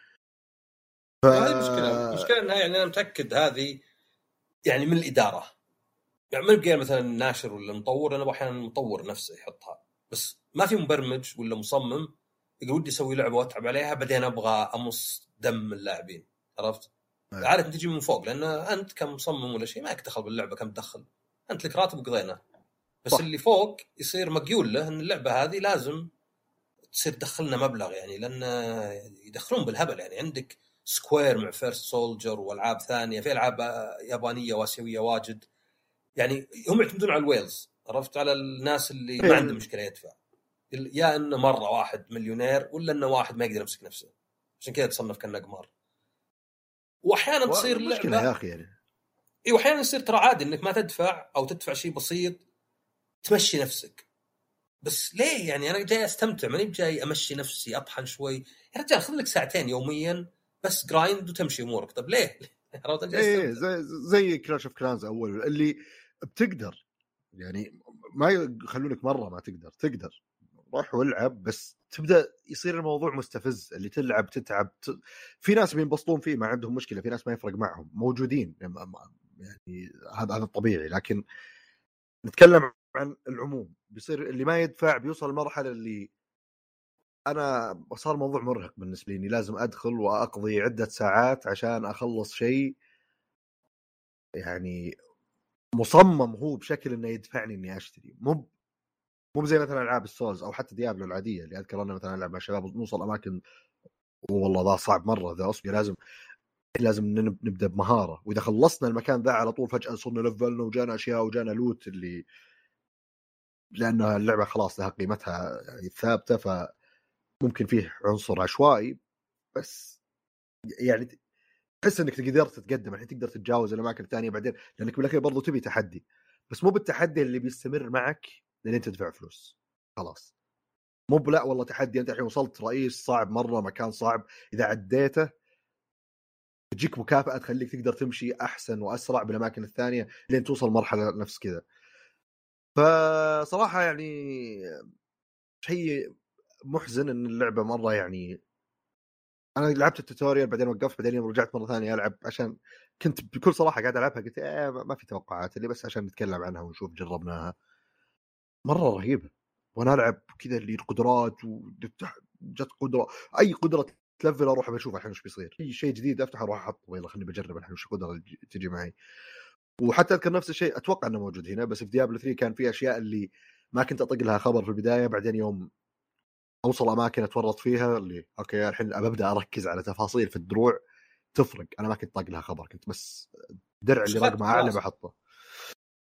ف... هذه مشكله مشكله انها يعني انا متاكد هذه يعني من الاداره، يعني ما بقى مثلا ناشر ولا مطور، انا احيانا المطور نفسه يحطها، بس ما في مبرمج ولا مصمم يقول ودي اسوي لعبه واتعب عليها بعدين ابغى امص دم اللاعبين، عرفت؟ عارف تجي من فوق، لان انت كمصمم ولا شيء ما لك دخل باللعبه، كم تدخل انت لك راتب وقضينا، بس صح. اللي فوق يصير مقيول له ان اللعبه هذه لازم تصير تدخلنا مبلغ، يعني لان يدخلون بالهبل. يعني عندك سكوير مع فيرست سولجر والعاب ثانيه، في العاب يابانيه واسيويه واجد، يعني هم يعتمدون على الويلز، عرفت، على الناس اللي ما عنده مشكله يدفع، يا انه مره واحد مليونير ولا انه واحد ما يقدر يمسك نفسه، عشان كذا تصنف كأنه قمار. واحيانا تصير اللعبه يا اخي يعني اي، واحيانا يصير ترى عادي انك ما تدفع او تدفع شيء بسيط تمشي نفسك. بس ليه يعني انا جاي استمتع، ماني جاي امشي نفسي اطحن شوي. يا رجال خذ لك ساعتين يوميا بس جرايند وتمشي امورك. طب ليه؟ ايه زي زي كلاش اوف كلانز اول اللي بتقدر يعني ما يخلونك مره ما تقدر تقدر روح والعب، بس تبدا يصير الموضوع مستفز، اللي تلعب تتعب ت... في ناس بينبسطون فيه ما عندهم مشكله، في ناس ما يفرق معهم موجودين يعني هذا هذا الطبيعي، لكن نتكلم عن العموم بيصير اللي ما يدفع بيوصل المرحله اللي انا صار موضوع مرهق بالنسبه لي، لازم ادخل واقضي عده ساعات عشان اخلص شيء يعني مصمم هو بشكل انه يدفعني اني اشتري، مو مو زي مثلا العاب السولز او حتى ديابلو العاديه اللي اذكر انا مثلا العب مع شباب نوصل اماكن والله ذا صعب مره، ذا اصبر لازم لازم نبدا بمهاره، واذا خلصنا المكان ذا على طول فجاه صرنا لفلنا وجانا اشياء وجانا لوت، اللي لانها اللعبه خلاص لها قيمتها يعني ثابته، فممكن فيه عنصر عشوائي، بس يعني تحس انك قدرت تتقدم الحين تقدر تتجاوز الاماكن الثانيه بعدين، لانك بالاخير برضو تبي تحدي، بس مو بالتحدي اللي بيستمر معك لين انت تدفع فلوس خلاص، مو بلا والله تحدي انت الحين وصلت رئيس صعب مره مكان صعب اذا عديته تجيك مكافاه تخليك تقدر تمشي احسن واسرع بالاماكن الثانيه لين توصل مرحله نفس كذا. فصراحه يعني شيء محزن ان اللعبه مره يعني انا لعبت التوتوريال بعدين وقفت، بعدين يوم رجعت مره ثانيه العب عشان كنت بكل صراحه قاعد العبها قلت إيه ما في توقعات اللي بس عشان نتكلم عنها ونشوف جربناها مره رهيبه، وانا العب كذا اللي القدرات وجت قدره اي قدره تلفل اروح بشوف الحين وش بيصير، اي شيء جديد افتح اروح احطه يلا خليني بجرب الحين وش القدره اللي تجي معي. وحتى اذكر نفس الشيء اتوقع انه موجود هنا، بس في ديابلو ثري كان في اشياء اللي ما كنت اطق لها خبر في البدايه، بعدين يوم اوصل اماكن اتورط فيها اللي اوكي الحين ابدا اركز على تفاصيل في الدروع تفرق، انا ما كنت طاق لها خبر، كنت بس درع اللي رقمه اعلى بحطه.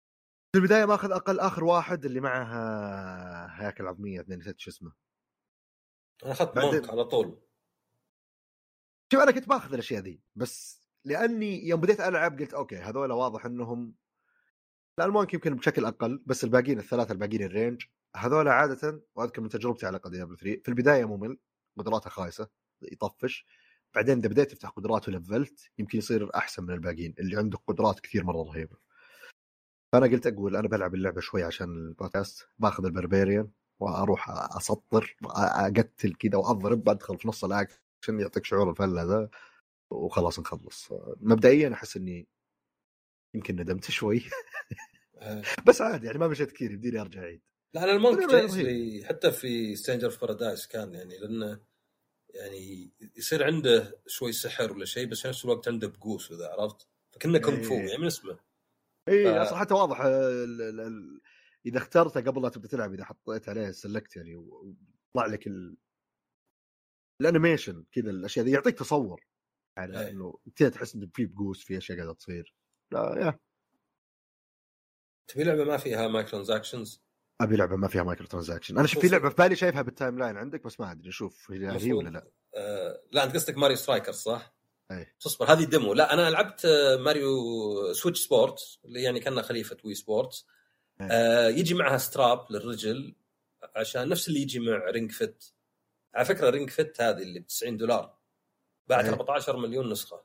في البدايه ماخذ اقل اخر واحد اللي معه هياكل عظميه اثنين نسيت شو اسمه. انا اخذت مونك على طول. شوف انا كنت باخذ الاشياء دي بس لاني يوم بديت العب قلت اوكي هذول واضح انهم لا المونك يمكن بشكل اقل بس الباقيين الثلاثه الباقيين الرينج هذول عاده. واذكر من تجربتي على قديم ثلاثة في البدايه ممل قدراته خايسه يطفش. بعدين اذا بديت تفتح قدراته لفلت يمكن يصير احسن من الباقيين اللي عنده قدرات كثير مره رهيبه. فانا قلت اقول انا بلعب اللعبه شوي عشان البودكاست باخذ البربريان واروح اسطر اقتل كذا واضرب بدخل في نص الاكشن يعطيك شعور الفله ذا وخلاص نخلص. مبدئيا احس اني يمكن ندمت شوي بس عادي يعني ما مشيت كثير يبديني ارجع عيد. لا انا المونك جايز لي حتى في سترينجر في بارادايس كان يعني لانه يعني يصير عنده شوي سحر ولا شيء بس في نفس الوقت عنده بقوس وذا عرفت فكنا كونغ فو يعني من اسمه. اي ف... صراحه واضح ال... ال... ال... اذا اخترته قبل لا تبدا تلعب اذا حطيت عليه سلكت يعني وطلع لك ال... الانيميشن كذا الاشياء دي يعطيك تصور على أي. انه كذا تحس انه في بقوس في اشياء قاعده تصير. لا يا تبي لعبه ما فيها مايكرو ترانزاكشنز؟ ابي لعبه ما فيها مايكرو ترانزاكشن. انا شوف في لعبه في بالي شايفها بالتايم لاين عندك بس ما ادري نشوف هي ولا لا. آه... لا انت قصدك ماريو سترايكر صح؟ اي تصبر هذه ديمو. لا انا لعبت ماريو سويتش سبورت اللي يعني كنا خليفه وي سبورت. آه يجي معها ستراب للرجل عشان نفس اللي يجي مع رينج فيت. على فكره رينج فيت هذه اللي ب تسعين دولار باعت أربعة عشر مليون نسخه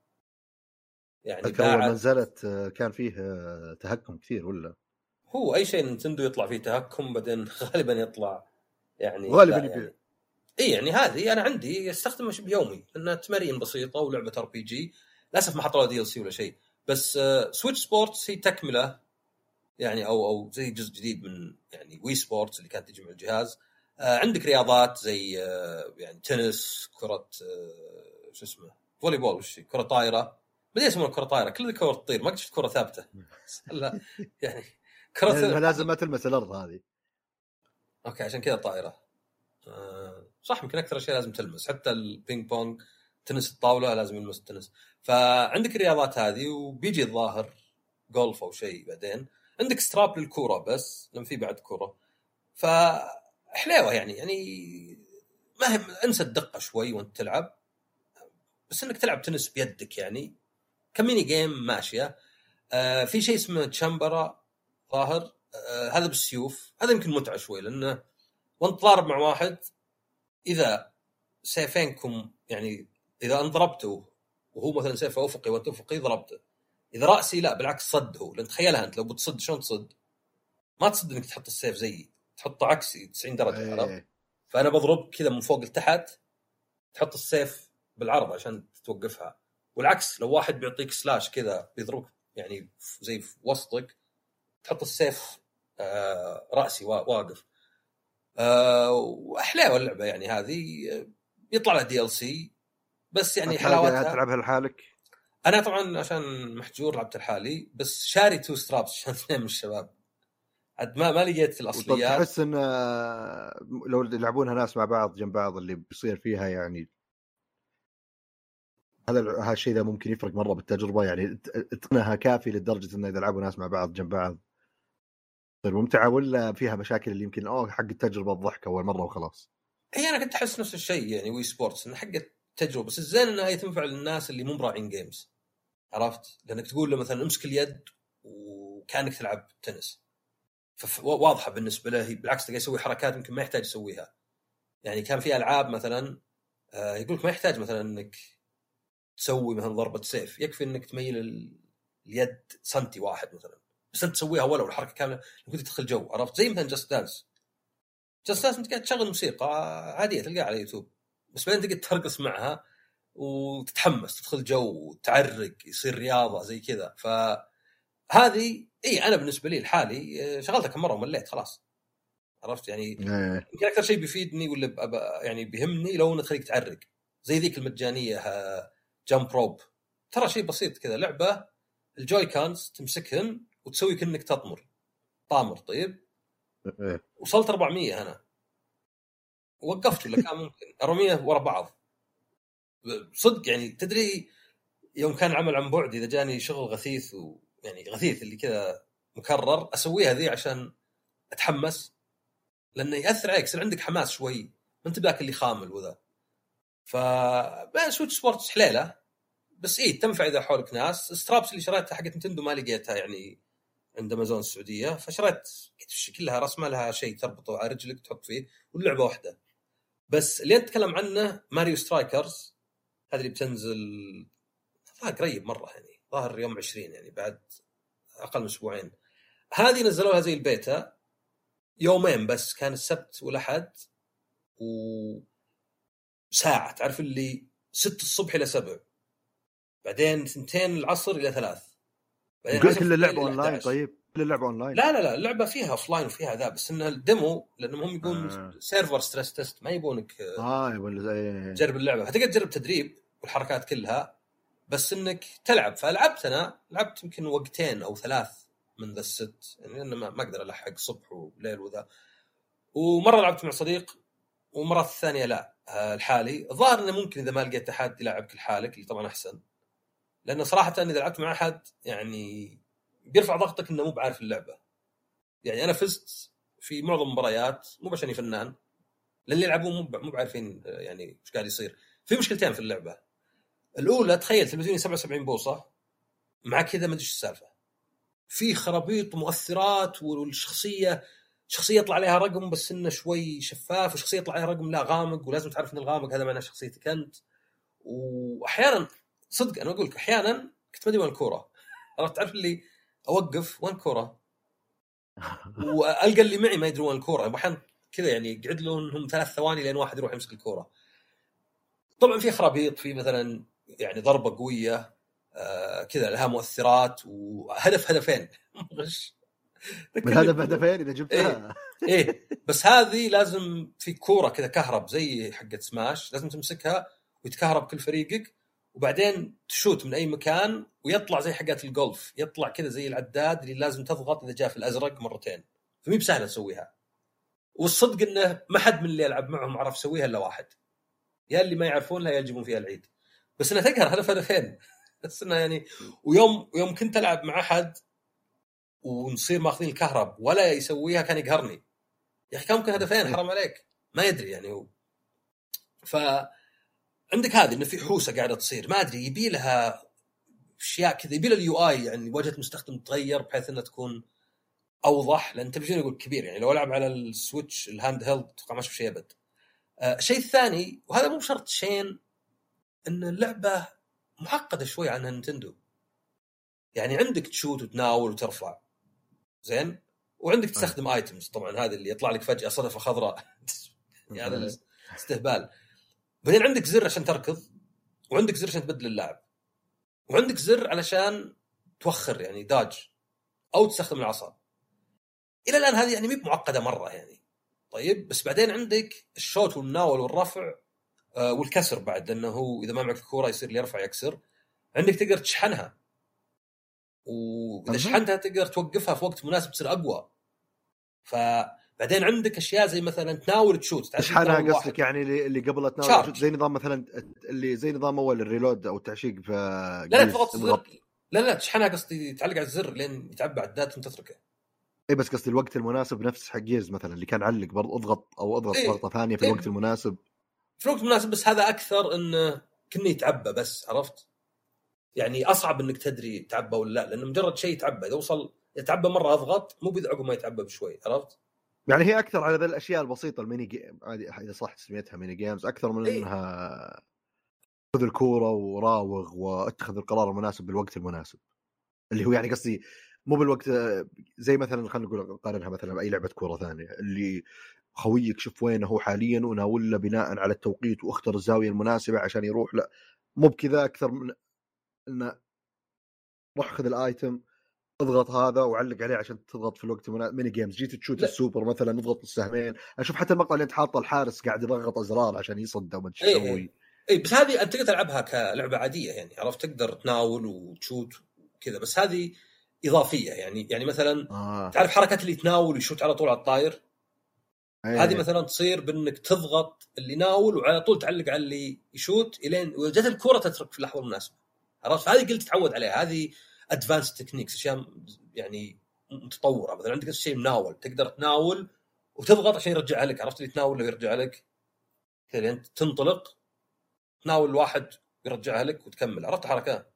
يعني. باعت نزلت كان فيه تهكم كثير ولا هو اي شيء نينتندو يطلع فيه تهكم بعدين غالبا يطلع يعني غالبا يبيع يعني. اي يعني هذه انا عندي استخدمها شبه يومي لانها تمارين بسيطه ولعبه ار بي جي. للاسف ما حطوا لها دي ال سي ولا شيء بس سويتش سبورتس هي تكمله يعني او او زي جزء جديد من يعني وي سبورتس اللي كانت تجي مع الجهاز. آه عندك رياضات زي آه يعني تنس كره آه شو اسمه فولي بول وش كره طايره بدي اسمها كره طايره كل ذي كره تطير ما شفت كره ثابته لا يعني كره يعني لازم ما تلمس الارض هذه. اوكي عشان كذا طائره. آه صح يمكن اكثر شيء لازم تلمس حتى البينج بونج تنس الطاوله لازم يلمس التنس. فعندك الرياضات هذه وبيجي الظاهر جولف او شيء بعدين. عندك ستراب للكوره بس لما في بعد كوره فحليوه يعني يعني ما هم انسى الدقه شوي وانت تلعب بس انك تلعب تنس بيدك يعني كميني جيم ماشيه. آه في شيء اسمه تشامبرا ظاهر آه هذا بالسيوف هذا يمكن متعه شوي لانه وانت ضارب مع واحد اذا سيفينكم يعني اذا انضربته وهو مثلا سيفه افقي وانت افقي ضربته اذا راسي لا بالعكس صده لان تخيلها انت لو بتصد شلون تصد ما تصد انك تحط السيف زيي تحطه عكسي تسعين درجه عرفت. فانا بضرب كذا من فوق لتحت تحط السيف بالعرض عشان توقفها والعكس لو واحد بيعطيك سلاش كذا بيضربك يعني زي في وسطك تحط السيف آه راسي واقف. آه واحلى اللعبه يعني هذه يطلع لها دي ال سي بس يعني حلاوتها تلعبها لحالك. انا طبعا عشان محجور لعبت لحالي بس شاري تو سترابس عشان اثنين من الشباب عاد ما ما لقيت الاصليات. تحس ان لو يلعبونها ناس مع بعض جنب بعض اللي بيصير فيها يعني هذا هذا الشيء ده ممكن يفرق مره بالتجربه يعني اتقنها كافي لدرجه انه اذا لعبوا ناس مع بعض جنب بعض تصير ممتعه ولا فيها مشاكل اللي يمكن اوه حق التجربه الضحك اول مره وخلاص. هي انا كنت احس نفس الشيء يعني وي سبورتس انه حق التجربه بس الزين انها هي تنفع للناس اللي مو براعين جيمز عرفت لانك تقول له مثلا امسك اليد وكانك تلعب تنس فواضحه بالنسبه له بالعكس تقدر يسوي حركات يمكن ما يحتاج يسويها. يعني كان في العاب مثلا آه يقولك ما يحتاج مثلا انك تسوي مثلا ضربه سيف يكفي انك تميل اليد سنتي واحد مثلا بس انت تسويها ولو الحركه كامله كنت تدخل جو عرفت زي مثلا جاست دانس. جاست دانس انت قاعد تشغل موسيقى عاديه تلقاها على يوتيوب بس بعدين تقدر ترقص معها وتتحمس تدخل جو وتعرق يصير رياضه زي كذا. فهذه اي انا بالنسبه لي الحالي شغلتها كم مره ومليت خلاص عرفت يعني. يمكن اكثر شيء بيفيدني ولا يعني بيهمني لو انه تخليك تعرق زي ذيك المجانيه جامب روب ترى شيء بسيط كذا لعبه الجوي كانز تمسكهم وتسوي كأنك تطمر طامر. طيب وصلت أربعمية انا وقفت ولا كان ممكن أربعمية ورا بعض صدق يعني. تدري يوم كان عمل عن بعد اذا جاني شغل غثيث ويعني غثيث اللي كذا مكرر اسويها ذي عشان اتحمس، لانه ياثر عليك، يصير عندك حماس شوي، ما انت ذاك اللي خامل وذا. ف سويتش سبورتس حليله، بس ايه تنفع اذا حولك ناس. سترابس اللي شريتها حقت نينتندو ما لقيتها يعني عند امازون السعوديه، فشريت كلها رسمه لها شيء تربطه على رجلك تحط فيه، واللعبه واحده. بس اللي نتكلم عنه ماريو سترايكرز، هذه اللي بتنزل ظاهر قريب مره، يعني ظاهر يوم عشرين، يعني بعد اقل من اسبوعين. هذه نزلوها زي البيتا يومين بس، كان السبت والاحد، وساعه تعرف اللي ستة الصبح الى سبع، بعدين ثنتين العصر الى ثلاث، بعدين كل اللعبه اونلاين. طيب كل اللعبه اونلاين؟ لا لا لا اللعبه فيها اوفلاين وفيها ذا، بس انها الديمو لانهم هم يقولون آه. سيرفر ستريس تيست، ما يبونك اه يبون زي تجرب اللعبه، هتقدر تجرب تدريب والحركات كلها، بس انك تلعب. فلعبت انا لعبت يمكن وقتين او ثلاث من ذا الست، يعني لأن ما اقدر الحق صبح وليل وذا، ومره لعبت مع صديق ومره الثانيه لا الحالي. الظاهر انه ممكن اذا ما لقيت احد يلعبك لحالك، اللي طبعا احسن، لانه صراحه اذا لعبت مع احد يعني بيرفع ضغطك انه مو بعارف اللعبه. يعني انا فزت في معظم المباريات مو عشاني فنان، لان اللي يلعبون مو مو بعارفين يعني ايش قاعد يصير. في مشكلتين في اللعبه، الاولى تخيل تلفزيوني سبعة وسبعين بوصه مع كذا ما ادري ايش السالفه، في خرابيط ومؤثرات، والشخصيه شخصيه يطلع عليها رقم بس انه شوي شفاف، وشخصيه يطلع عليها رقم لا غامق، ولازم تعرف ان الغامق هذا معناه شخصيتك انت. واحيانا صدق انا اقول لك احيانا كنت ما ادري وين الكوره، عرفت تعرف اللي اوقف وين الكوره، والقى اللي معي ما يدرون الكوره، احيانا كذا يعني يقعد لهم ثلاث ثواني لين واحد يروح يمسك الكوره. طبعا في خرابيط، في مثلا يعني ضربه قويه آه كذا لها مؤثرات، وهدف هدفين غش من هدف هدفين اذا جبتها. ايه, إيه. بس هذه لازم في كوره كذا كهرب زي حقه سماش، لازم تمسكها ويتكهرب كل فريقك، وبعدين تشوت من اي مكان ويطلع زي حقات الجولف، يطلع كذا زي العداد اللي لازم تضغط اذا جاء في الازرق مرتين، فمي بسهله تسويها. والصدق انه ما حد من اللي العب معهم عرف يسويها الا واحد، يا اللي ما يعرفون لا يجيبون فيها العيد، بس انها تقهر هدف هدفين بس انه يعني. ويوم يوم كنت العب مع احد ونصير ماخذين الكهرب ولا يسويها كان يقهرني، يا اخي كم ممكن هدفين حرام عليك، ما يدري يعني هو. فعندك هذه انه في حوسه قاعده تصير، ما ادري يبي لها اشياء كذا، يبي لها اليو اي يعني واجهه المستخدم تتغير بحيث انها تكون اوضح، لان التلفزيون يقول كبير، يعني لو العب على السويتش الهاند هيلد اتوقع ما اشوف شيء ابد. الشيء آه الثاني وهذا مو شرط شين، ان اللعبه معقده شوي عن نينتندو، يعني عندك تشوت وتناول وترفع زين، وعندك تستخدم ايتمز طبعا، هذا اللي يطلع لك فجاه صدفه خضراء هذا يعني استهبال. بعدين عندك زر عشان تركض، وعندك زر عشان تبدل اللاعب، وعندك زر علشان توخر يعني داج او تستخدم العصا. الى الان هذه يعني مي معقده مره يعني. طيب بس بعدين عندك الشوت والناول والرفع آه والكسر بعد، لانه هو اذا ما معك الكوره يصير اللي يرفع يكسر. عندك تقدر تشحنها، واذا شحنتها تقدر توقفها في وقت مناسب تصير اقوى. فبعدين عندك اشياء زي مثلا تناول تشوت، تشحنها قصدك يعني اللي قبل تناول زي نظام مثلا اللي زي نظام اول الريلود او التعشيق في لا لا تضغط الزر، لا لا تشحنها قصدي تعلق على الزر لين يتعبى عداد ثم تتركه. اي بس قصدي الوقت المناسب نفس حق جيرز مثلا اللي كان علق برضه اضغط او اضغط إيه؟ ضغطه ثانيه في إيه؟ الوقت المناسب في الوقت المناسب، بس هذا اكثر انه كني يتعبى بس، عرفت يعني اصعب انك تدري تعبى ولا لا، لانه مجرد شيء يتعبى، اذا وصل يتعبى مره اضغط مو بيدعقه ما يتعبى بشوي، عرفت يعني هي اكثر على ذا الاشياء البسيطه الميني جيم هذه اذا صح تسميتها ميني جيمز اكثر من إيه؟ انها خذ الكوره وراوغ واتخذ القرار المناسب بالوقت المناسب، اللي هو يعني قصدي مو بالوقت زي مثلا خلينا نقول قارنها مثلا باي لعبه كوره ثانيه اللي خويك شوف وينه هو حاليا وناول له بناء على التوقيت واختار الزاويه المناسبه عشان يروح، لا مو بكذا، اكثر من انه روح خذ الايتم اضغط هذا وعلق عليه عشان تضغط في الوقت المناسب. ميني جيمز جيت تشوت لا. السوبر مثلا نضغط السهمين، اشوف حتى المقطع اللي انت حاطه الحارس قاعد يضغط ازرار عشان يصد وما تسوي اي اي اي بس هذه انت تقدر تلعبها كلعبه عاديه يعني، عرفت تقدر تناول وتشوت كذا، بس هذه اضافيه يعني. يعني مثلا آه. تعرف حركه اللي تناول ويشوت على طول على الطاير، هذه مثلا تصير بانك تضغط اللي يناول وعلى طول تعلق على اللي يشوت الين وجت الكره تترك في اللحظه المناسبه، عرفت هذه قلت تعود عليها، هذه ادفانس تكنيكس اشياء يعني متطوره. مثلا عندك الشيء مناول، تقدر تناول وتضغط عشان يرجعها لك، عرفت اللي تناول ويرجع لك كذا، انت تنطلق تناول الواحد يرجعها لك وتكمل، عرفت حركه؟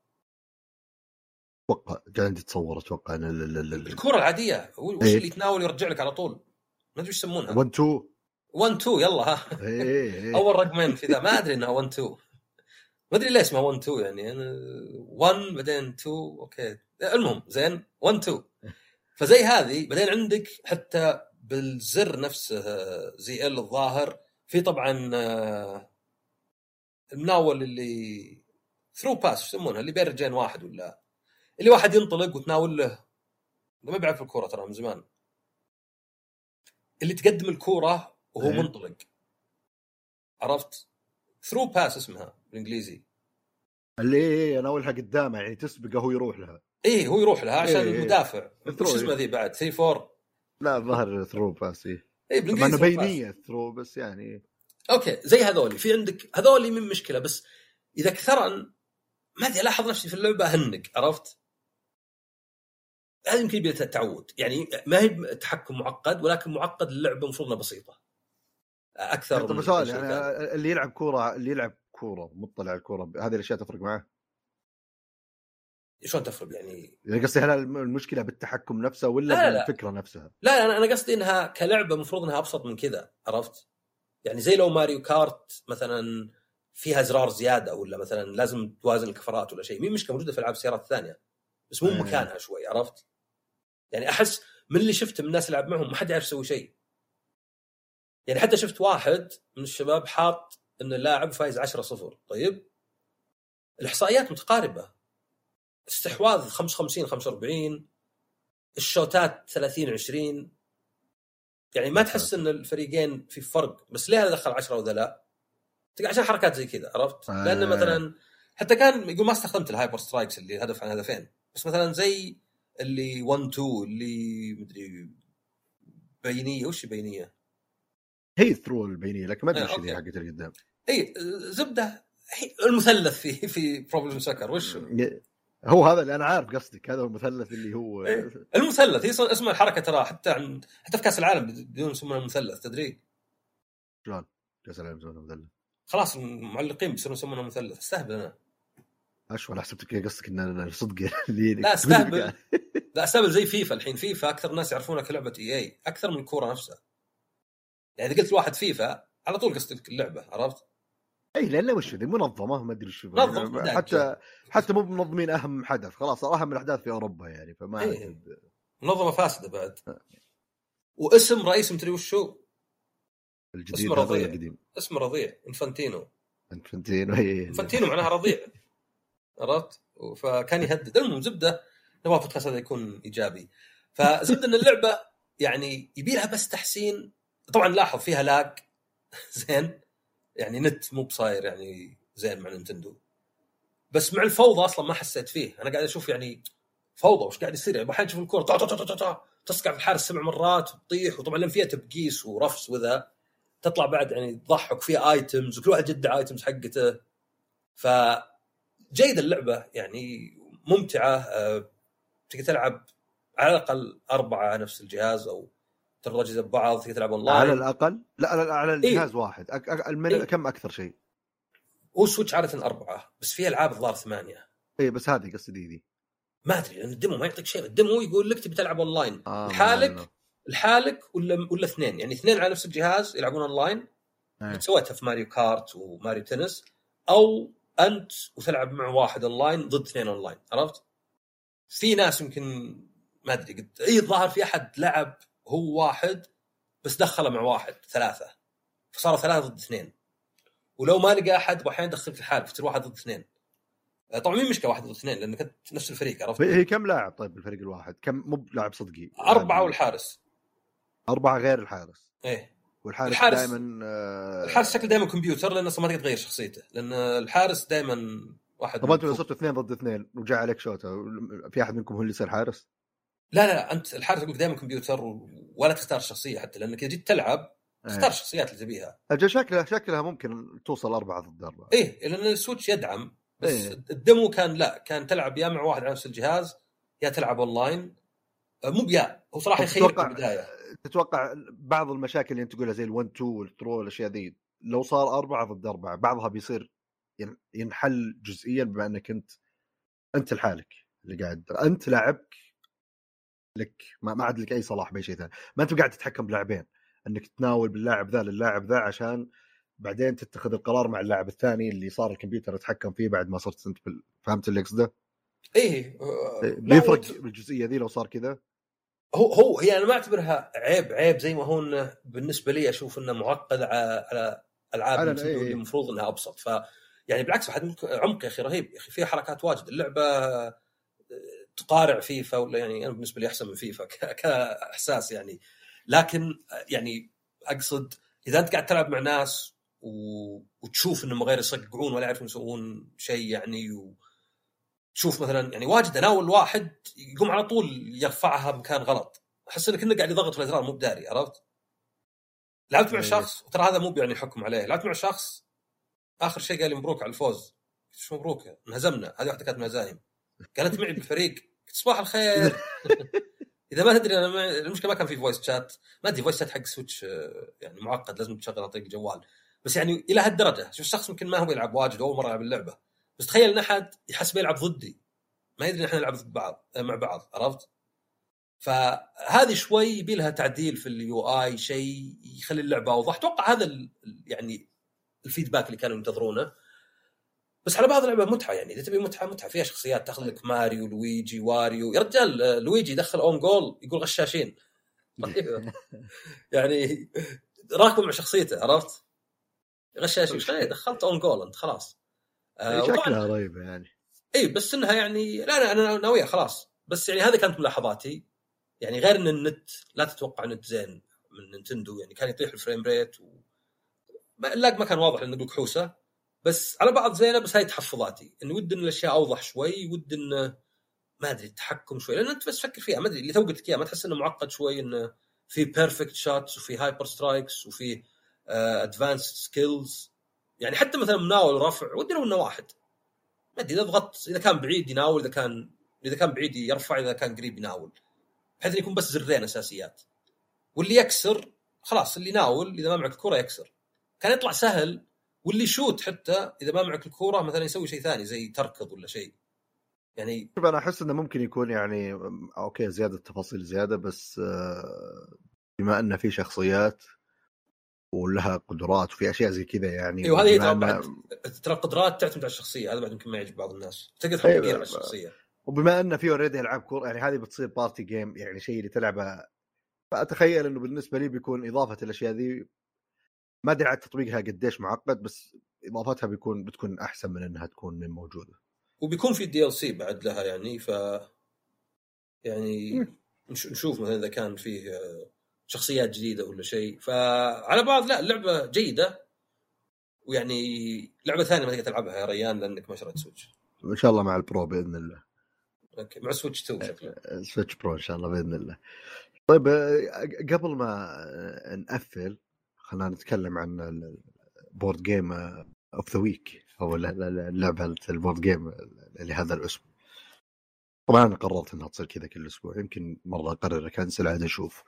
اتوقع قاعد تتصور اتوقع ان الكره العاديه وش ايه؟ اللي يتناول يرجع لك على طول، ما ادري ايش يسمونها، واحد اثنين واحد اثنين يلا ها. ايه اول رقمين في ذا ما ادري انها واحد اثنين، ما ادري ليش اسمها واحد اثنين يعني انا واحد بعدين اثنين اوكي المهم زين واحد اثنين. فزي هذه بعدين عندك حتى بالزر نفسه زي ال الظاهر في طبعا المناول اللي ثرو باس يسمونها، اللي بين رجلين واحد ولا اللي واحد ينطلق وتناول له، ما بعرف الكوره ترى من زمان، اللي تقدم الكوره وهو إيه؟ منطلق، عرفت؟ ثرو باس اسمها بالانجليزي، اللي انا اول حق قدامه يعني تسبقه هو يروح لها. ايه هو يروح لها عشان إيه المدافع. إيه. وش اسمه ذي بعد ثلاثة أربعة؟ لا ظهر ثرو باس. ايه ايه بالانجليزي طبعا بينيه ثرو بس يعني اوكي زي هذولي. في عندك هذولي من مشكله، بس اذا كثرا ما ادري الاحظ نفسي في اللعبه هنق، عرفت؟ هذا يمكن يبي تعود، يعني ما هي تحكم معقد ولكن معقد اللعبه المفروض انها بسيطه اكثر. طب سؤال يعني اللي يلعب كوره اللي يلعب كوره مطلع على الكوره هذه الاشياء تفرق معه؟ شلون تفرق يعني؟ يعني قصدي هل المشكله بالتحكم نفسه ولا لا لا بالفكره نفسها؟ لا انا انا قصدي انها كلعبه المفروض انها ابسط من كذا، عرفت؟ يعني زي لو ماريو كارت مثلا فيها زرار زياده، ولا مثلا لازم توازن الكفرات ولا شيء، مين مشكله موجوده في العاب السيارات الثانيه بس مو أيه. مكانها شوي، عرفت؟ يعني احس من اللي شفته من الناس اللي لعب معهم ما حد يعرف يسوي شيء. يعني حتى شفت واحد من الشباب حاط ان اللاعب فايز عشرة صفر، طيب الاحصائيات متقاربه، استحواذ خمسة وخمسين خمسة وأربعين، الشوتات ثلاثين عشرين، يعني ما تحس ان الفريقين في فرق، بس ليه هذا دخل عشرة وذا لا؟ عشان حركات زي كذا، عرفت؟ آه. لان مثلا حتى كان يقول ما استخدمت الهايبر سترايكس اللي هدف عن هدفين، بس مثلا زي اللي واحد اثنين اللي مدري بينيه، وش بينيه هي ثرو البينيه لكن ما ادري آه، ايش اللي حقت القدام. اي زبده المثلث في في بروبلم سكر، وش هو هذا اللي انا عارف قصدك، هذا المثلث اللي هو إيه؟ المثلث هي اسمها الحركه ترى، حتى عن حتى في كاس العالم بدون يسمونه المثلث، تدري شلون كاس العالم يسمونه مثلث؟ خلاص المعلقين بيصيرون يسمونه مثلث. استهبل انا اشوى حسبتك قصدك ان انا صدق اللي لا استهبل لا استهبل زي فيفا الحين. فيفا اكثر الناس يعرفونها كلعبه اي اي اكثر من الكوره نفسها، يعني اذا قلت لواحد فيفا على طول قصدك اللعبه، عرفت؟ اي لانه وش ذي منظمه ما ادري شو منظم حتى حتى مو منظمين اهم حدث، خلاص اهم الاحداث في اوروبا يعني، فما إيه. منظمه فاسده بعد. واسم رئيس مدري وشو الجديد، اسمه رضيع القديم اسمه رضيع انفانتينو. انفانتينو هي انفانتينو معناها رضيع، عرفت؟ فكان يهدد. المهم زبده نبغى بودكاست هذا يكون ايجابي. فزبده ان اللعبه يعني يبي لها بس تحسين. طبعا لاحظ فيها لاج زين، يعني نت مو بصاير يعني زين مع نينتندو، بس مع الفوضى اصلا ما حسيت فيه. انا قاعد اشوف يعني فوضى وش قاعد يصير، يعني بحاول اشوف الكره طا طا طا طا تسقع في الحارس سبع مرات وتطيح، وطبعا لما فيها تبقيس ورفس وذا تطلع بعد يعني تضحك، فيها ايتمز وكل واحد يدعي ايتمز حقته. فجيد اللعبه يعني ممتعه، أه تقدر تلعب على الاقل اربعه نفس الجهاز او ترجع ببعض، تقدر تلعب اونلاين على الاقل. لا على الجهاز إيه؟ واحد أك... أك... المن... إيه؟ كم اكثر شيء هو سويتش عاده اربعه، بس في العاب الظاهر ثمانيه. اي بس هذه قصدي ذي ما ادري لان الديمو ما يعطيك شيء. الديمو يقول لك تبي تلعب اونلاين آه لحالك لحالك ولا ولا اثنين، يعني اثنين على نفس الجهاز يلعبون اونلاين. آه. سويتها في ماريو كارت وماريو تنس، او انت وتلعب مع واحد اونلاين ضد اثنين اونلاين، عرفت؟ في ناس يمكن ما ادري قد اي ظاهر في احد لعب هو واحد بس دخله مع واحد ثلاثه، فصاروا ثلاثه ضد اثنين، ولو ما لقى احد واحيانا دخلت الحال فتصير واحد ضد اثنين. طبعا مين مشكله واحد ضد اثنين لان كنت نفس الفريق، عرفت؟ هي كم لاعب طيب بالفريق الواحد؟ كم مو لاعب صدقي؟ اربعه والحارس اربعه غير الحارس. ايه والحارس الحارس دائما آه... الحارس شكله دائما كمبيوتر لانه ما تقدر تغير شخصيته، لان الحارس دائما واحد. طب انتوا لو صرتوا اثنين ضد اثنين وجاء عليك شوطه، في احد منكم هو اللي يصير حارس؟ لا لا انت الحارس يقول دائما كمبيوتر ولا تختار الشخصيه، حتى لانك اذا جيت تلعب تختار الشخصيات اللي تبيها. اجل شكلها شكلها ممكن توصل أربعة ضد أربعة. ايه لان السويتش يدعم، بس إيه؟ الدمو كان لا كان تلعب يا مع واحد على نفس الجهاز يا تلعب اونلاين. مو بيا هو صراحه يخيب في البدايه. تتوقع بعض المشاكل اللي انت تقولها زي الون تو والثرو والاشياء ذي لو صار أربعة ضد أربعة بعضها بيصير ينحل جزئيا بما انك انت انت لحالك اللي قاعد انت لاعبك لك ما ما عاد لك اي صلاح باي شيء ثاني، ما انت قاعد تتحكم بلاعبين انك تناول باللاعب ذا للاعب ذا عشان بعدين تتخذ القرار مع اللاعب الثاني اللي صار الكمبيوتر يتحكم فيه بعد ما صرت انت بال... فهمت اللي قصده؟ ايه بيفرق بالجزئيه ذي لو صار كذا. هو هو هي انا ما اعتبرها عيب عيب زي ما هو بالنسبه لي اشوف انه معقد على العاب نينتندو اللي المفروض انها ابسط. ف يعني بالعكس واحد عمق يا اخي رهيب يا اخي فيها حركات واجد. اللعبه تقارع فيفا ولا يعني انا بالنسبه لي احسن من فيفا كاحساس يعني. لكن يعني اقصد اذا انت قاعد تلعب مع ناس و... وتشوف انهم غير يصقعون ولا يعرفون يسوون شيء يعني و... تشوف مثلا يعني واجد اناول واحد يقوم على طول يرفعها بمكان غلط احس انه كنا قاعد يضغط في الازرار مو بداري. عرفت؟ لعبت مع شخص وترى هذا مو يعني الحكم عليه. لعبت مع شخص اخر شيء قال لي مبروك على الفوز. شو مبروك؟ انهزمنا. هذه واحده كانت من الهزايم. قالت معي بالفريق صباح الخير. اذا ما تدري انا المشكله ما كان في فويس شات ما ادري فويس شات حق سويتش يعني معقد لازم تشغل عن طريق الجوال بس يعني الى هالدرجه. شوف الشخص يمكن ما هو يلعب واجد اول مره يلعب اللعبه بس تخيل ان احد يحسب يلعب ضدي ما يدري احنا نلعب ضد بعض مع بعض. عرفت؟ فهذه شوي يبي لها تعديل في اليو اي شيء يخلي اللعبه اوضح. اتوقع هذا يعني الفيدباك اللي كانوا ينتظرونه. بس على بعض اللعبه متعه يعني اذا تبي متعه متعه فيها شخصيات تاخذ لك ماريو لويجي واريو. يا رجال لويجي دخل اون جول يقول غشاشين يعني راكب مع شخصيته. عرفت؟ غشاشين خليه دخلت اون جول انت خلاص. آه شكلها رهيبه يعني. اي بس انها يعني لا انا ناويه خلاص. بس يعني هذه كانت ملاحظاتي يعني غير ان النت لا تتوقع نت زين من نينتندو يعني كان يطيح الفريم ريت و... لا ما كان واضح لأنه نقول حوسه بس على بعض زينه. بس هاي تحفظاتي انه ود ان الاشياء اوضح شوي ود انه ما ادري التحكم شوي لان انت بس فكر فيها ما ادري اللي تو قلت لك اياه ما تحس انه معقد شوي انه في بيرفكت شوتس وفي هايبر سترايكس وفي ادفانسد سكيلز يعني حتى مثلا مناول رفع ودي لو انه واحد ما ادري اذا ضغطت اذا كان بعيد يناول اذا كان اذا كان بعيد يرفع اذا كان قريب يناول بحيث يكون بس زرين اساسيات واللي يكسر خلاص اللي يناول اذا ما معك الكره يكسر. كان يطلع سهل واللي شوت حتى اذا ما معك الكره مثلا يسوي شيء ثاني زي تركض ولا شيء يعني. شوف انا احس انه ممكن يكون يعني اوكي زياده تفاصيل زياده بس بما انه في شخصيات ولها قدرات وفي اشياء زي كذا يعني. ايوه هذه ترى القدرات تعتمد على الشخصيه. هذا بعد يمكن ما يعجب بعض الناس تقدر تحط أيوة. على الشخصيه وبما انه في اوريدي العاب كور يعني هذه بتصير بارتي جيم يعني شيء اللي تلعبه. فاتخيل انه بالنسبه لي بيكون اضافه الاشياء ذي ما ادري عاد تطبيقها قديش معقد بس اضافتها بيكون بتكون احسن من انها تكون من موجوده. وبيكون في دي ال سي بعد لها يعني ف يعني م. نشوف مثلا اذا كان فيه شخصيات جديده ولا شيء. فعلى بعض لا اللعبه جيده ويعني لعبه ثانيه ما تقدر تلعبها يا ريان لانك ما شريت سويتش. ان شاء الله مع البرو باذن الله. اوكي مع سويتش تو شكله سويتش برو ان شاء الله باذن الله. طيب قبل ما نقفل خلينا نتكلم عن البورد جيم اوف ذا ويك او اللعبه البورد جيم لهذا الاسبوع. طبعا انا قررت انها تصير كذا كل اسبوع يمكن مره اقرر اكنسل عاد اشوف.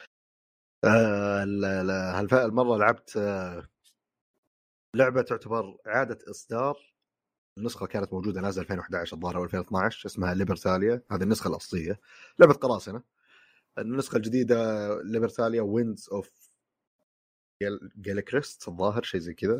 آه المره لعبت آه لعبه تعتبر اعاده اصدار النسخه كانت موجوده نازله ألفين وإحدى عشر الظاهر او ألفين واثني عشر اسمها ليبرتاليا. هذه النسخه الاصليه لعبه قراصنه. النسخه الجديده ليبرتاليا ويندز اوف جالكريست الظاهر شيء زي كذا.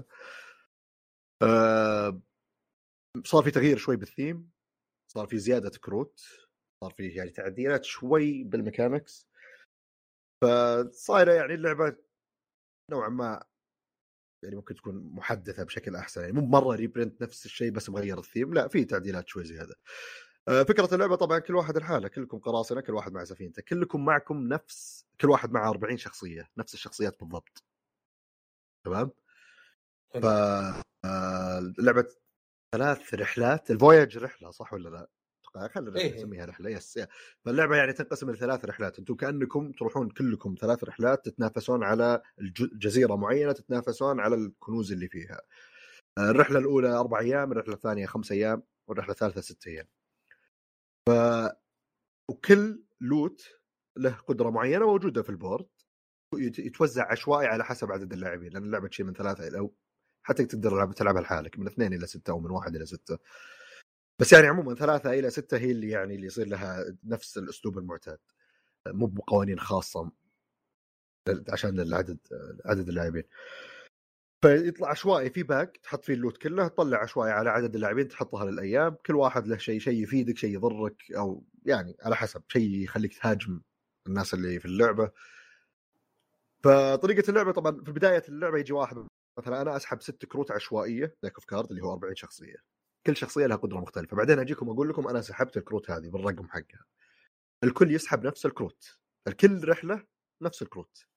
آه صار في تغيير شوي بالثيم صار في زياده كروت صار في يعني تعديلات شوي بالميكانكس. فصايره يعني اللعبه نوعا ما يعني ممكن تكون محدثه بشكل احسن يعني مو مره ريبرنت نفس الشيء بس مغير الثيم لا في تعديلات شوي زياده. آه فكره اللعبه طبعا كل واحد الحاله كلكم قراصنه كل واحد مع سفينته كلكم معكم نفس كل واحد مع أربعين شخصيه نفس الشخصيات بالضبط. تمام. ف لعبه ثلاث رحلات الفوياج رحله صح ولا لا؟ خلينا إيه. نسميها رحله يس. فاللعبه يعني تنقسم لثلاث رحلات انتم كانكم تروحون كلكم ثلاث رحلات تتنافسون على جزيره معينه تتنافسون على الكنوز اللي فيها. الرحله الاولى اربع ايام الرحله الثانيه خمس ايام والرحله الثالثه ست ايام. ف وكل لوت له قدره معينه موجوده في البورد، يتوزع عشوائي على حسب عدد اللاعبين، لان اللعبه شيء من ثلاثه الى حتى تقدر تلعبها لحالك من اثنين الى سته او من واحد الى سته، بس يعني عموما ثلاثه الى سته هي اللي يعني اللي يصير لها نفس الاسلوب المعتاد، مو بقوانين خاصه عشان العدد عدد اللاعبين. فيطلع عشوائي في باك تحط فيه اللوت كله، تطلع عشوائي على عدد اللاعبين تحطها للايام، كل واحد له شيء شيء يفيدك شيء يضرك، او يعني على حسب شيء يخليك تهاجم الناس اللي في اللعبه. فطريقه اللعبه طبعا في بدايه اللعبه يجي واحد مثلا انا اسحب ست كروت عشوائيه ديك اوف كارد اللي هو أربعين شخصيه، كل شخصيه لها قدره مختلفه، بعدين اجيكم اقول لكم انا سحبت الكروت هذه بالرقم حقها، الكل يسحب نفس الكروت، الكل رحله نفس الكروت.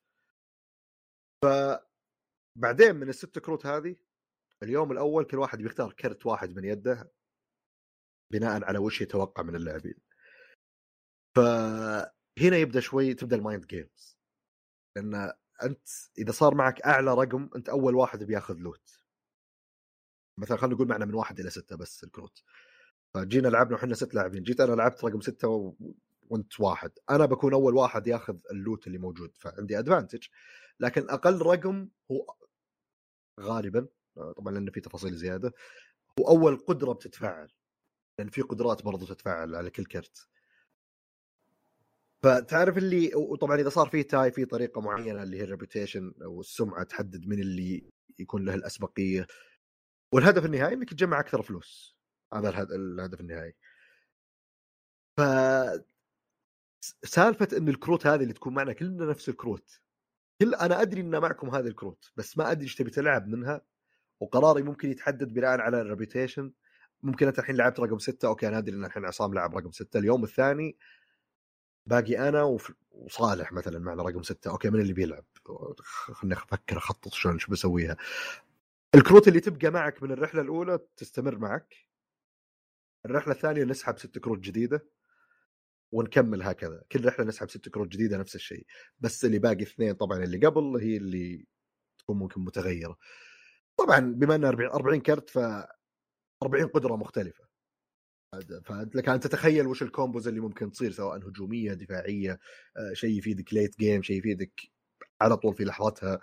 فبعدين من الست كروت هذه اليوم الاول كل واحد بيختار كرت واحد من يده بناء على وش يتوقع من اللاعبين. فهنا يبدا شوي تبدا المايند جيمز، لان انت اذا صار معك اعلى رقم انت اول واحد بياخذ لوت، مثلا خلينا نقول معنا من واحد الى ستة بس الكروت، فجينا لعبنا وحنا ست لاعبين، جيت انا لعبت رقم ستة و... وانت واحد، انا بكون اول واحد ياخذ اللوت اللي موجود، فعندي ادفانتج. لكن اقل رقم هو غالبا طبعا لانه في تفاصيل زياده هو اول قدره بتتفعل، لان في قدرات برضو تتفعل على كل كرت. فتعرف اللي وطبعا اذا صار فيه تاي في طريقه معينه اللي هي الريبيوتيشن او السمعه تحدد من اللي يكون له الاسبقيه، والهدف النهائي انك تجمع اكثر فلوس، هذا الهدف النهائي. ف سالفه ان الكروت هذه اللي تكون معنا كلنا نفس الكروت، كل انا ادري ان معكم هذه الكروت بس ما ادري ايش تبي تلعب منها، وقراري ممكن يتحدد بناء على الريبيوتيشن. ممكن انت الحين لعبت رقم ستة، اوكي انا ادري ان الحين عصام لعب رقم ستة، اليوم الثاني باقي انا وف... وصالح مثلا معنا رقم ستة، اوكي من اللي بيلعب؟ خليني افكر اخطط شلون شو بسويها. الكروت اللي تبقى معك من الرحله الاولى تستمر معك، الرحله الثانيه نسحب ست كروت جديده ونكمل هكذا، كل رحله نسحب ست كروت جديده نفس الشيء، بس اللي باقي اثنين طبعا اللي قبل هي اللي تكون ممكن متغيره. طبعا بما ان أربعين كرت ف أربعين قدره مختلفه، فانت لك ان تتخيل وش الكومبوز اللي ممكن تصير سواء هجوميه دفاعيه، شيء يفيدك ليت جيم، شيء يفيدك على طول في لحظتها.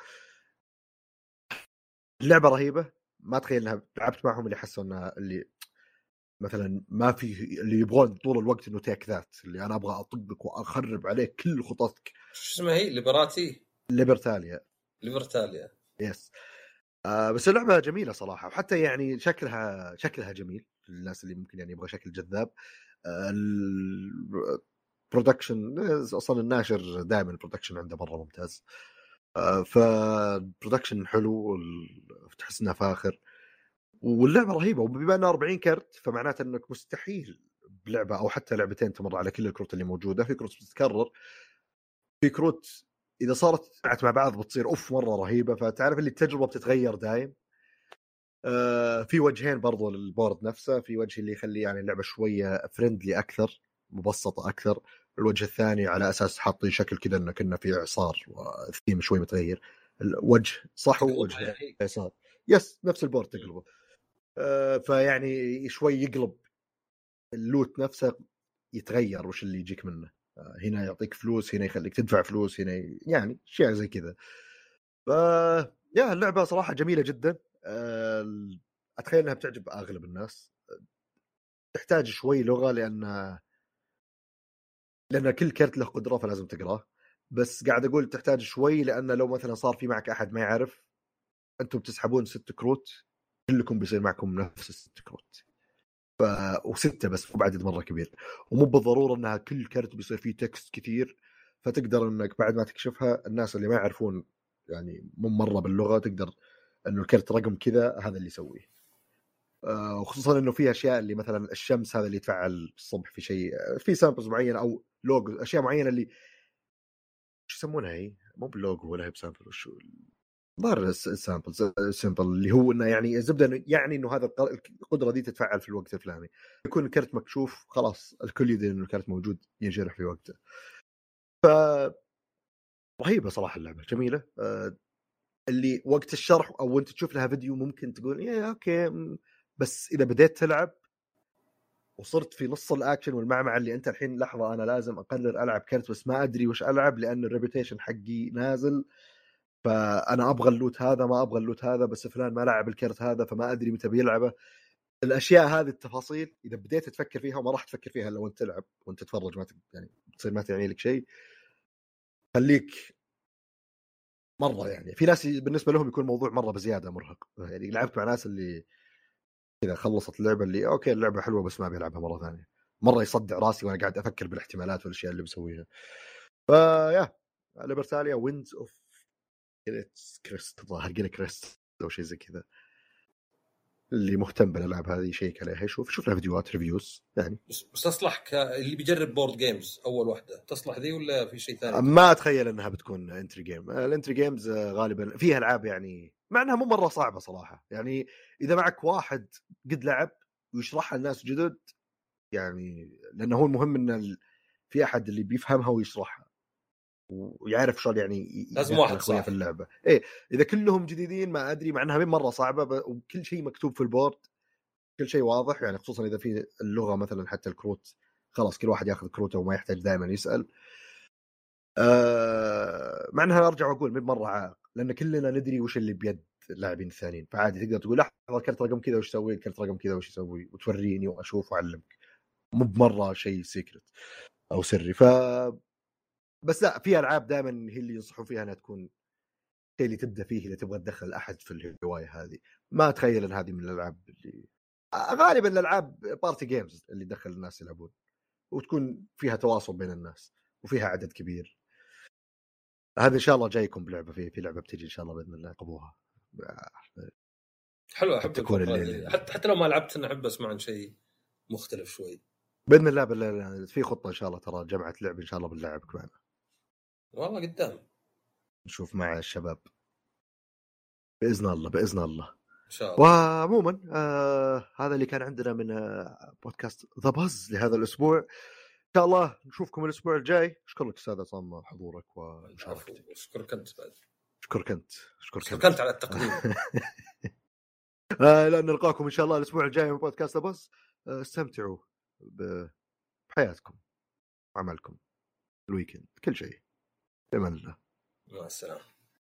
اللعبه رهيبه، ما تخيل انها لعبت معهم اللي حسوا انها اللي مثلا ما في اللي يبغون طول الوقت انه تيك ذات، اللي انا ابغى اطبق واخرب عليك كل خططك. شو اسمها هي؟ ليبراتي ليبرتاليا ليبرتاليا يس. آه بس اللعبه جميله صراحه، وحتى يعني شكلها شكلها جميل للناس اللي ممكن يعني يبغى شكل جذاب. آه البرودكشن اصلا الناشر دائما البرودكشن عنده مره ممتاز، آه فالبرودكشن حلو، تحس انه فاخر، واللعبه رهيبه. وبما انها أربعين كرت فمعناته انك مستحيل بلعبه او حتى لعبتين تمر على كل الكروت اللي موجوده، في كروت بتتكرر، في كروت اذا صارت مع بعض بتصير اوف مره رهيبه، فتعرف اللي التجربه بتتغير دايم. آه في وجهين برضو للبورد نفسه، في وجه اللي يخلي يعني اللعبه شويه فريندلي اكثر، مبسطه اكثر، الوجه الثاني على اساس حاطين شكل كذا انه كنا في اعصار والثيم شوي متغير، الوجه صح ووجه يسار يس نفس البورد تقلبه. آه فيعني شوي يقلب اللوت نفسه يتغير وش اللي يجيك منه، آه هنا يعطيك فلوس، هنا يخليك تدفع فلوس، هنا يعني شيء زي كذا. ف يا اللعبه صراحه جميله جدا، أه... اتخيل انها بتعجب اغلب الناس. تحتاج شوي لغه لان لان كل كرت له قدره فلازم تقراه، بس قاعد اقول تحتاج شوي لان لو مثلا صار في معك احد ما يعرف، انتم بتسحبون ست كروت كلكم بيصير معكم نفس الست كروت، ف وسته بس مو بعدد مره كبير، ومو بالضروره انها كل كرت بيصير فيه تكست كثير، فتقدر انك بعد ما تكشفها الناس اللي ما يعرفون يعني مو مره باللغه تقدر انه الكرت رقم كذا هذا اللي يسويه. آه وخصوصا انه في اشياء اللي مثلا الشمس هذا اللي يتفعل الصبح في شيء في سامبلز معينه او لوجو اشياء معينه اللي شو يسمونها هي مو باللوجو ولا هي بسامبل وشو ظهر السامبلز سامبل اللي هو انه يعني زبده يعني انه هذا القدره دي تتفعل في الوقت الفلاني، يكون الكرت مكشوف خلاص الكل يدري انه الكرت موجود ينشرح في وقته. ف رهيبه صراحه اللعبه جميله. آه اللي وقت الشرح او انت تشوف لها فيديو ممكن تقول يا اوكي، بس اذا بديت تلعب وصرت في نص الاكشن والمعمعة اللي انت الحين لحظه انا لازم اقرر العب كرت بس ما ادري وش العب لان الريبيوتيشن حقي نازل، فانا ابغى اللوت هذا ما ابغى اللوت هذا بس فلان ما لعب الكرت هذا فما ادري متى بيلعبه. الاشياء هذه التفاصيل اذا بديت تفكر فيها وما راح تفكر فيها الا وانت تلعب وانت تتفرج، ما يعني تصير ما تعني لك شيء، خليك مره يعني. في ناس بالنسبه لهم يكون الموضوع مره بزياده مرهق، يعني لعبت مع ناس اللي كذا خلصت اللعبه اللي اوكي اللعبه حلوه بس ما بيلعبها مره ثانيه، مره يصدع راسي وانا قاعد افكر بالاحتمالات والاشياء اللي بسويها. فيا ليبرتاليا ويندز اوف كريست، ظاهر قلنا كريست او شيء زي كذا. اللي مهتم بالالعاب هذه شيك عليها يشوف شوف لها فيديوهات ريفيوز يعني. بس, بس تصلح ك... اللي بيجرب بورد جيمز اول واحده تصلح ذي ولا في شيء ثاني؟ ما اتخيل انها بتكون انتري جيم. الانتري جيمز غالبا فيها العاب يعني مع انها مو مره صعبه صراحه، يعني اذا معك واحد قد لعب ويشرحها للناس جدد يعني، لانه هو المهم ان ال... في احد اللي بيفهمها ويشرحها ويعرف شلون يعني لازم واحد صح في اللعبه. ايه اذا كلهم جديدين ما ادري، مع انها مره صعبه ب... وكل شيء مكتوب في البورد كل شيء واضح يعني، خصوصا اذا في اللغه مثلا حتى الكروت خلاص كل واحد ياخذ كروته وما يحتاج دائما يسال. أه مع انها ارجع واقول مو مره عائق لان كلنا ندري وش اللي بيد اللاعبين الثانيين، فعادي تقدر تقول لحظه كرت رقم كذا وش يسوي، كرت رقم كذا وش يسوي وتوريني واشوف واعلمك، مو بمره شيء سيكرت او سري. ف بس لا في العاب دائما هي اللي ينصحون فيها انها تكون شيء اللي تبدا فيه اذا تبغى تدخل احد في الهوايه هذه. ما اتخيل ان هذه من الالعاب اللي غالبا الالعاب بارتي جيمز اللي تدخل الناس يلعبون وتكون فيها تواصل بين الناس وفيها عدد كبير. هذا ان شاء الله جايكم بلعبه فيه في لعبه بتجي ان شاء الله باذن الله قبوها. حلو احب الفقره حتى حتى لو ما لعبت انا احب اسمع عن شيء مختلف شوي باذن الله. بال... في خطه ان شاء الله ترى جمعه لعب ان شاء الله بنلعبك معنا والله قدام نشوف مع الشباب باذن الله باذن الله ان شاء الله. وعموما آه هذا اللي كان عندنا من آه بودكاست ذا باز لهذا الاسبوع. ان شاء الله نشوفكم الاسبوع الجاي. اشكر لك استاذ عصام حضورك ومشاركتك. اشكرك انت بعد. اشكرك انت اشكرك انت انت على التقديم. آه لا نلقاكم ان شاء الله الاسبوع الجاي من بودكاست ذا باز. آه استمتعوا بحياتكم وعملكم الويكند كل شيء. بأمان الله. مع السلامه.